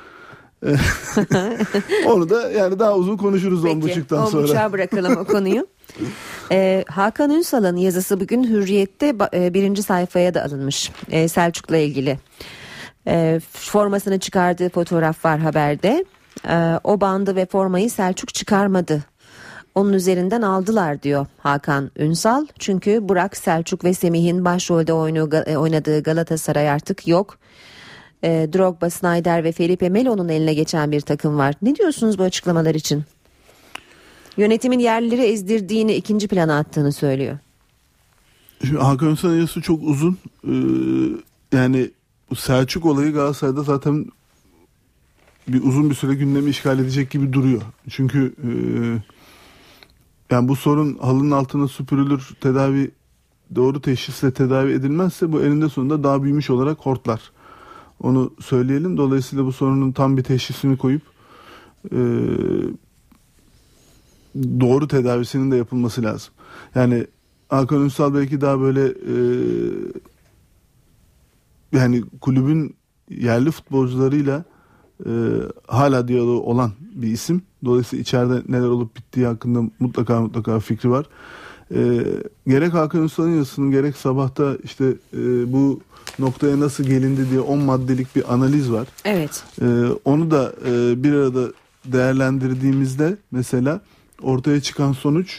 Onu da yani daha uzun konuşuruz 10.30'dan sonra. 10.30'a bırakalım o konuyu. Hakan Ünsal'ın yazısı bugün Hürriyet'te birinci sayfaya da alınmış. Selçuk'la ilgili. Formasını çıkardığı fotoğraf var haberde. O bandı ve formayı Selçuk çıkarmadı. Onun üzerinden aldılar diyor Hakan Ünsal. Çünkü Burak, Selçuk ve Semih'in başrolde oynadığı Galatasaray artık yok. Drogba, Sneijder ve Felipe Melo'nun eline geçen bir takım var. Ne diyorsunuz bu açıklamalar için? Yönetimin yerlileri ezdirdiğini, ikinci plana attığını söylüyor. Şimdi Hakan Ünsal'ın yazısı çok uzun. Yani Selçuk olayı Galatasaray'da zaten uzun bir süre gündemi işgal edecek gibi duruyor. Çünkü yani bu sorun halının altına süpürülür, doğru teşhisle tedavi edilmezse bu eninde sonunda daha büyümüş olarak hortlar. Onu söyleyelim. Dolayısıyla bu sorunun tam bir teşhisini koyup doğru tedavisinin de yapılması lazım. Yani Hakan Ünsal belki daha böyle yani kulübün yerli futbolcularıyla hala diyaloğu olan bir isim. Dolayısıyla içeride neler olup bittiği hakkında mutlaka fikri var. Gerek Hakan Ünsal'ın yazısının gerek sabahta işte bu noktaya nasıl gelindi diye 10 maddelik bir analiz var. Evet. Onu da bir arada değerlendirdiğimizde mesela ortaya çıkan sonuç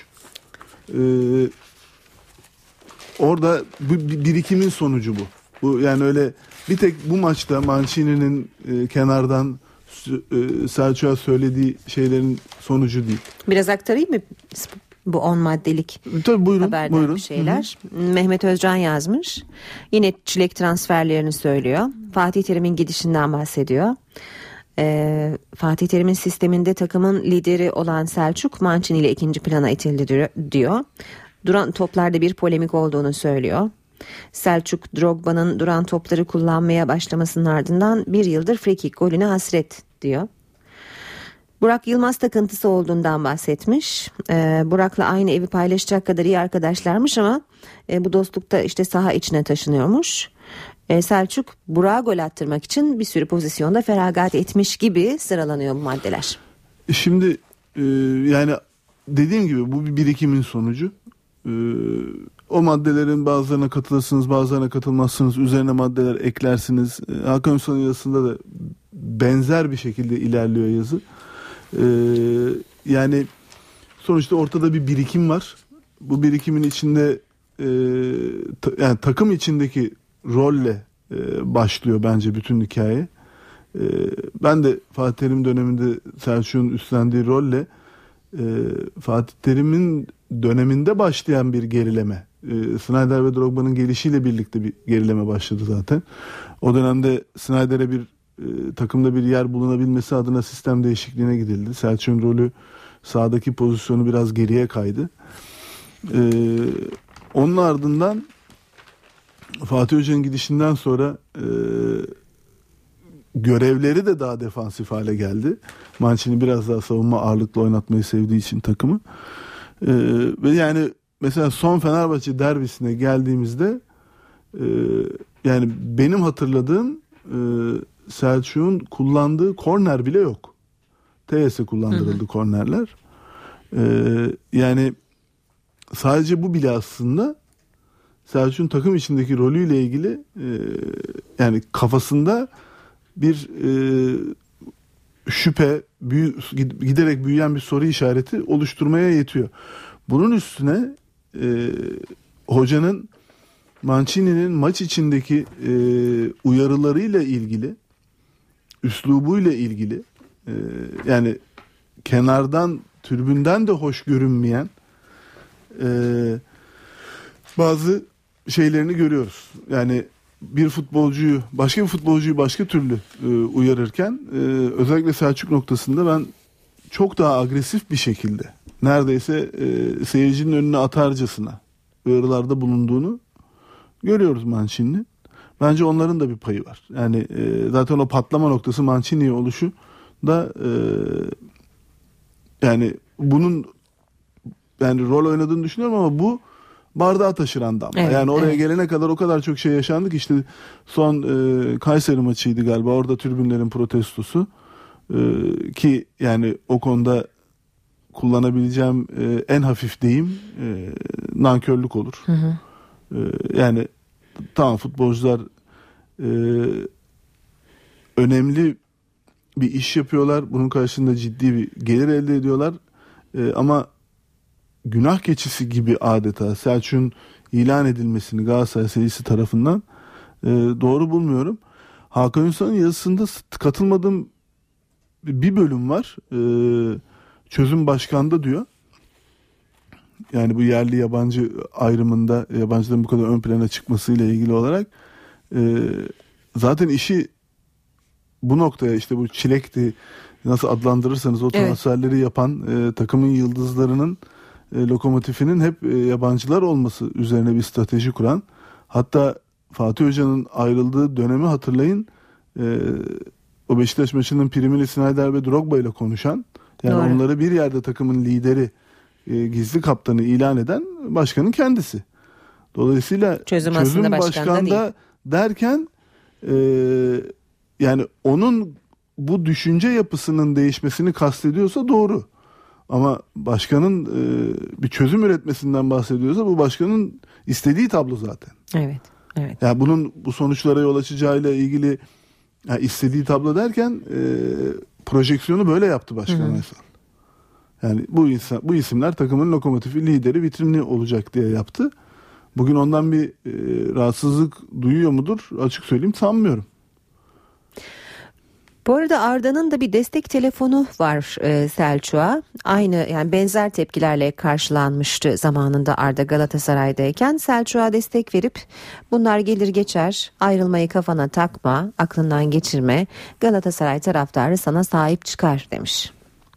orada bir birikimin sonucu bu. Bu yani öyle bir tek bu maçta Mancini'nin kenardan Selçuk'a söylediği şeylerin sonucu değil. Biraz aktarayım mı bu 10 maddelik haberden bir şeyler? Hı-hı. Mehmet Özcan yazmış. Yine çilek transferlerini söylüyor. Fatih Terim'in gidişinden bahsediyor. Fatih Terim'in sisteminde takımın lideri olan Selçuk Mancini ile ikinci plana itildi diyor. Duran toplarda bir polemik olduğunu söylüyor. Selçuk, Drogba'nın duran topları kullanmaya başlamasının ardından bir yıldır free kick golüne hasret diyor. Burak Yılmaz takıntısı olduğundan bahsetmiş. Burak'la aynı evi paylaşacak kadar iyi arkadaşlarmış ama bu dostlukta işte saha içine taşınıyormuş. Selçuk Burak'a gol attırmak için bir sürü pozisyonda feragat etmiş gibi sıralanıyor bu maddeler. Şimdi yani dediğim gibi bu bir birikimin sonucu. O maddelerin bazılarına katılırsınız, bazılarına katılmazsınız, üzerine maddeler eklersiniz. Hakan Ünsal'ın yazısında da benzer bir şekilde ilerliyor yazı. Yani sonuçta ortada bir birikim var. Bu birikimin içinde yani takım içindeki rolle başlıyor bence bütün hikaye. Ben de Fatih Terim döneminde Selçuk'un üstlendiği rolle Fatih Terim'in döneminde başlayan bir gerileme. Snyder ve Drogba'nın gelişiyle birlikte bir gerileme başladı zaten. O dönemde Snyder'e bir takımda bir yer bulunabilmesi adına sistem değişikliğine gidildi. Selçuk'un rolü sahadaki pozisyonu biraz geriye kaydı. Onun ardından Fatih Hoca'nın gidişinden sonra görevleri de daha defansif hale geldi. Mancini biraz daha savunma ağırlıklı oynatmayı sevdiği için takımı. Ve yani mesela son Fenerbahçe derbisine geldiğimizde yani benim hatırladığım Selçuk'un kullandığı korner bile yok. TS kullandırıldı kornerler. Yani sadece bu bile aslında Selçuk'un takım içindeki rolüyle ilgili yani kafasında bir şüphe, giderek büyüyen bir soru işareti oluşturmaya yetiyor. Bunun üstüne hocanın Mancini'nin maç içindeki uyarılarıyla ilgili, üslubuyla ilgili yani kenardan, tribünden de hoş görünmeyen bazı şeylerini görüyoruz. Yani bir futbolcuyu, başka bir futbolcuyu başka türlü uyarırken özellikle Selçuk noktasında ben çok daha agresif bir şekilde neredeyse seyircinin önüne atarcasına uyarılarda bulunduğunu görüyoruz Mancini'nin. Bence onların da bir payı var. Yani zaten o patlama noktası Mancini'ye oluşu da yani bunun yani rol oynadığını düşünüyorum ama bu bardağı taşıran damla. Evet, yani oraya gelene kadar o kadar çok şey yaşandık. İşte son Kayseri maçıydı galiba. Orada tribünlerin protestosu ki yani o konuda kullanabileceğim en hafif deyim nankörlük olur. Hı hı. Yani tamam futbolcular önemli bir iş yapıyorlar. Bunun karşılığında ciddi bir gelir elde ediyorlar. Ama günah keçisi gibi adeta Selçuk'un ilan edilmesini Galatasaray seyircisi tarafından doğru bulmuyorum. Hakan Ünsal'ın yazısında katılmadığım bir bölüm var. Çözüm başkanda diyor. Yani bu yerli yabancı ayrımında yabancıların bu kadar ön plana çıkmasıyla ilgili olarak zaten işi bu noktaya işte bu çilekti nasıl adlandırırsanız o transferleri yapan takımın yıldızlarının lokomotifinin hep yabancılar olması üzerine bir strateji kuran, hatta Fatih Hoca'nın ayrıldığı dönemi hatırlayın, o Beşiktaş maçının primili Snyder ve Drogba ile konuşan, yani doğru, onları bir yerde takımın lideri, gizli kaptanı ilan eden başkanın kendisi. Dolayısıyla çözüm başkanda derken yani onun bu düşünce yapısının değişmesini kastediyorsa doğru. Ama başkanın bir çözüm üretmesinden bahsediyorsa bu başkanın istediği tablo zaten. Evet. Evet. Yani bunun bu sonuçlara yol açacağıyla ilgili yani istediği tablo derken projeksiyonu böyle yaptı Başkan Aysal. Yani bu isimler takımın lokomotifi, lideri, vitrini olacak diye yaptı. Bugün ondan bir rahatsızlık duyuyor mudur? Açık söyleyeyim sanmıyorum. Bu arada Arda'nın da bir destek telefonu var Selçuk'a. Aynı yani benzer tepkilerle karşılanmıştı zamanında Arda Galatasaray'dayken. Selçuk'a destek verip bunlar gelir geçer, ayrılmayı kafana takma, aklından geçirme, Galatasaray taraftarı sana sahip çıkar demiş.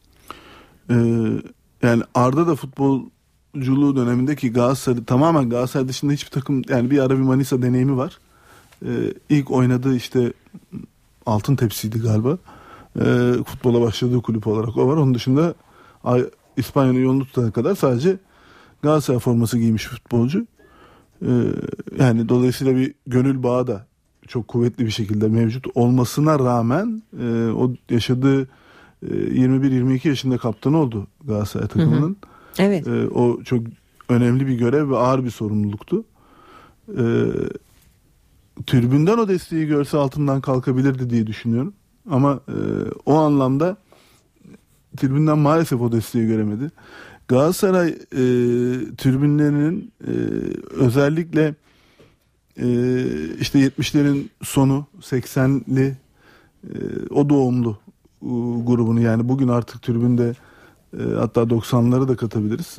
Yani Arda da futbolculuğu dönemindeki Galatasaray, tamamen Galatasaray dışında hiçbir takım, yani bir ara bir Manisa deneyimi var. İlk oynadığı işte Altın Tepsi'ydi galiba. Futbola başladığı kulüp olarak o var. Onun dışında İspanya'nın yolunu tutana kadar sadece Galatasaray forması giymiş futbolcu. Yani dolayısıyla bir gönül bağı da çok kuvvetli bir şekilde mevcut olmasına rağmen o yaşadığı 21-22 yaşında kaptan oldu Galatasaray takımının. Hı hı. Evet. O çok önemli bir görev ve ağır bir sorumluluktu. Tribünden o desteği görse altından kalkabilirdi diye düşünüyorum. Ama o anlamda tribünden maalesef o desteği göremedi. Galatasaray tribünlerinin özellikle işte 70'lerin sonu 80'li o doğumlu grubunu, yani bugün artık tribünde hatta 90'ları da katabiliriz.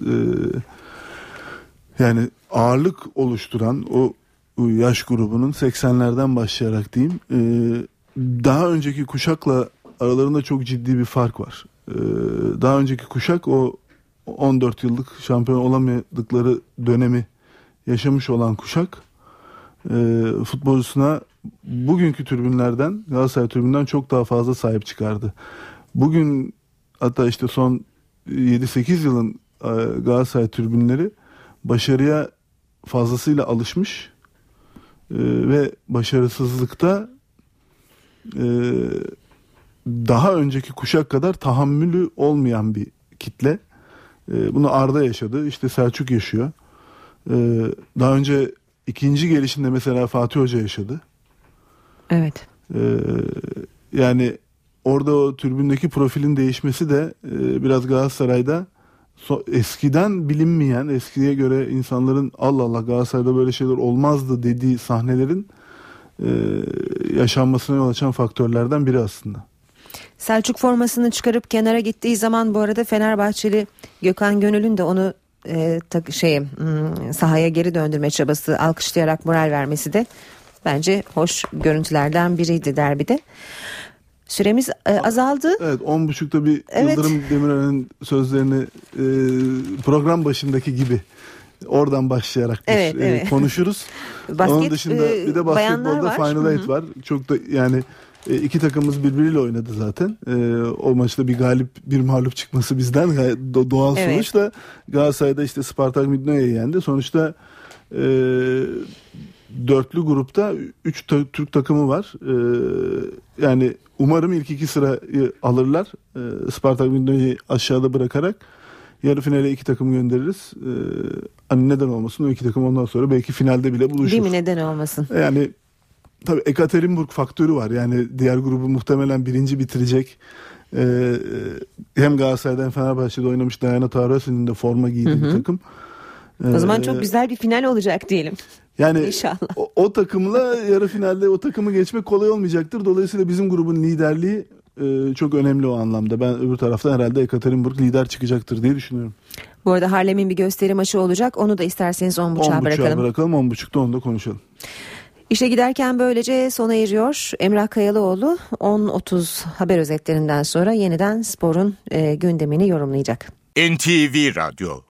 Yani ağırlık oluşturan o yaş grubunun 80'lerden başlayarak diyeyim, daha önceki kuşakla aralarında çok ciddi bir fark var. Daha önceki kuşak o 14 yıllık şampiyon olamadıkları dönemi yaşamış olan kuşak futbolcusuna bugünkü tribünlerden, Galatasaray tribünden çok daha fazla sahip çıkardı. Bugün hatta işte son 7-8 yılın Galatasaray tribünleri başarıya fazlasıyla alışmış ve başarısızlıkta daha önceki kuşak kadar tahammülü olmayan bir kitle. Bunu Arda yaşadı, işte Selçuk yaşıyor. Daha önce ikinci gelişinde mesela Fatih Hoca yaşadı. Evet. Yani orada o tribündeki profilin değişmesi de biraz Galatasaray'da eskiden bilinmeyen, eskiye göre insanların Allah Allah Galatasaray'da böyle şeyler olmazdı dediği sahnelerin yaşanmasına yol açan faktörlerden biri aslında. Selçuk formasını çıkarıp kenara gittiği zaman bu arada Fenerbahçeli Gökhan Gönül'ün de onu sahaya geri döndürme çabası, alkışlayarak moral vermesi de bence hoş görüntülerden biriydi derbide. Süremiz azaldı. Evet, 10.30'da bir Yıldırım Demirören'in sözlerini program başındaki gibi oradan başlayarak konuşuruz. Onun dışında bir de basketbolda Final Eight var. Çok da yani iki takımımız birbiriyle oynadı zaten. O maçta bir galip bir mağlup çıkması bizden doğal sonuç da Galatasaray'da işte Spartak Midnoya'yı yendi. Sonuçta dörtlü grupta 3 Türk takımı var. Yani umarım ilk 2 sırayı alırlar. Spartak Midnoya'yı aşağıda bırakarak yarı finale 2 takım göndeririz. Hani neden olmasın, o 2 takım ondan sonra belki finalde bile buluşur. Değil mi, neden olmasın? Yani tabii Ekaterinburg faktörü var. Yani diğer grubu muhtemelen birinci bitirecek. Hem Galatasaray'da hem Fenerbahçe'de oynamış Diana Taurasi'nin de forma giydiği bir takım. O zaman çok güzel bir final olacak diyelim. Yani İnşallah. O takımla yarı finalde o takımı geçmek kolay olmayacaktır. Dolayısıyla bizim grubun liderliği çok önemli o anlamda. Ben öbür taraftan herhalde Ekaterinburg lider çıkacaktır diye düşünüyorum. Bu arada Harlem'in bir gösteri maçı olacak. Onu da isterseniz 10.30'a bırakalım. 10.30'da onu da konuşalım. İşe giderken böylece sona eriyor. Emrah Kayalıoğlu 10.30 haber özetlerinden sonra yeniden sporun gündemini yorumlayacak. NTV Radyo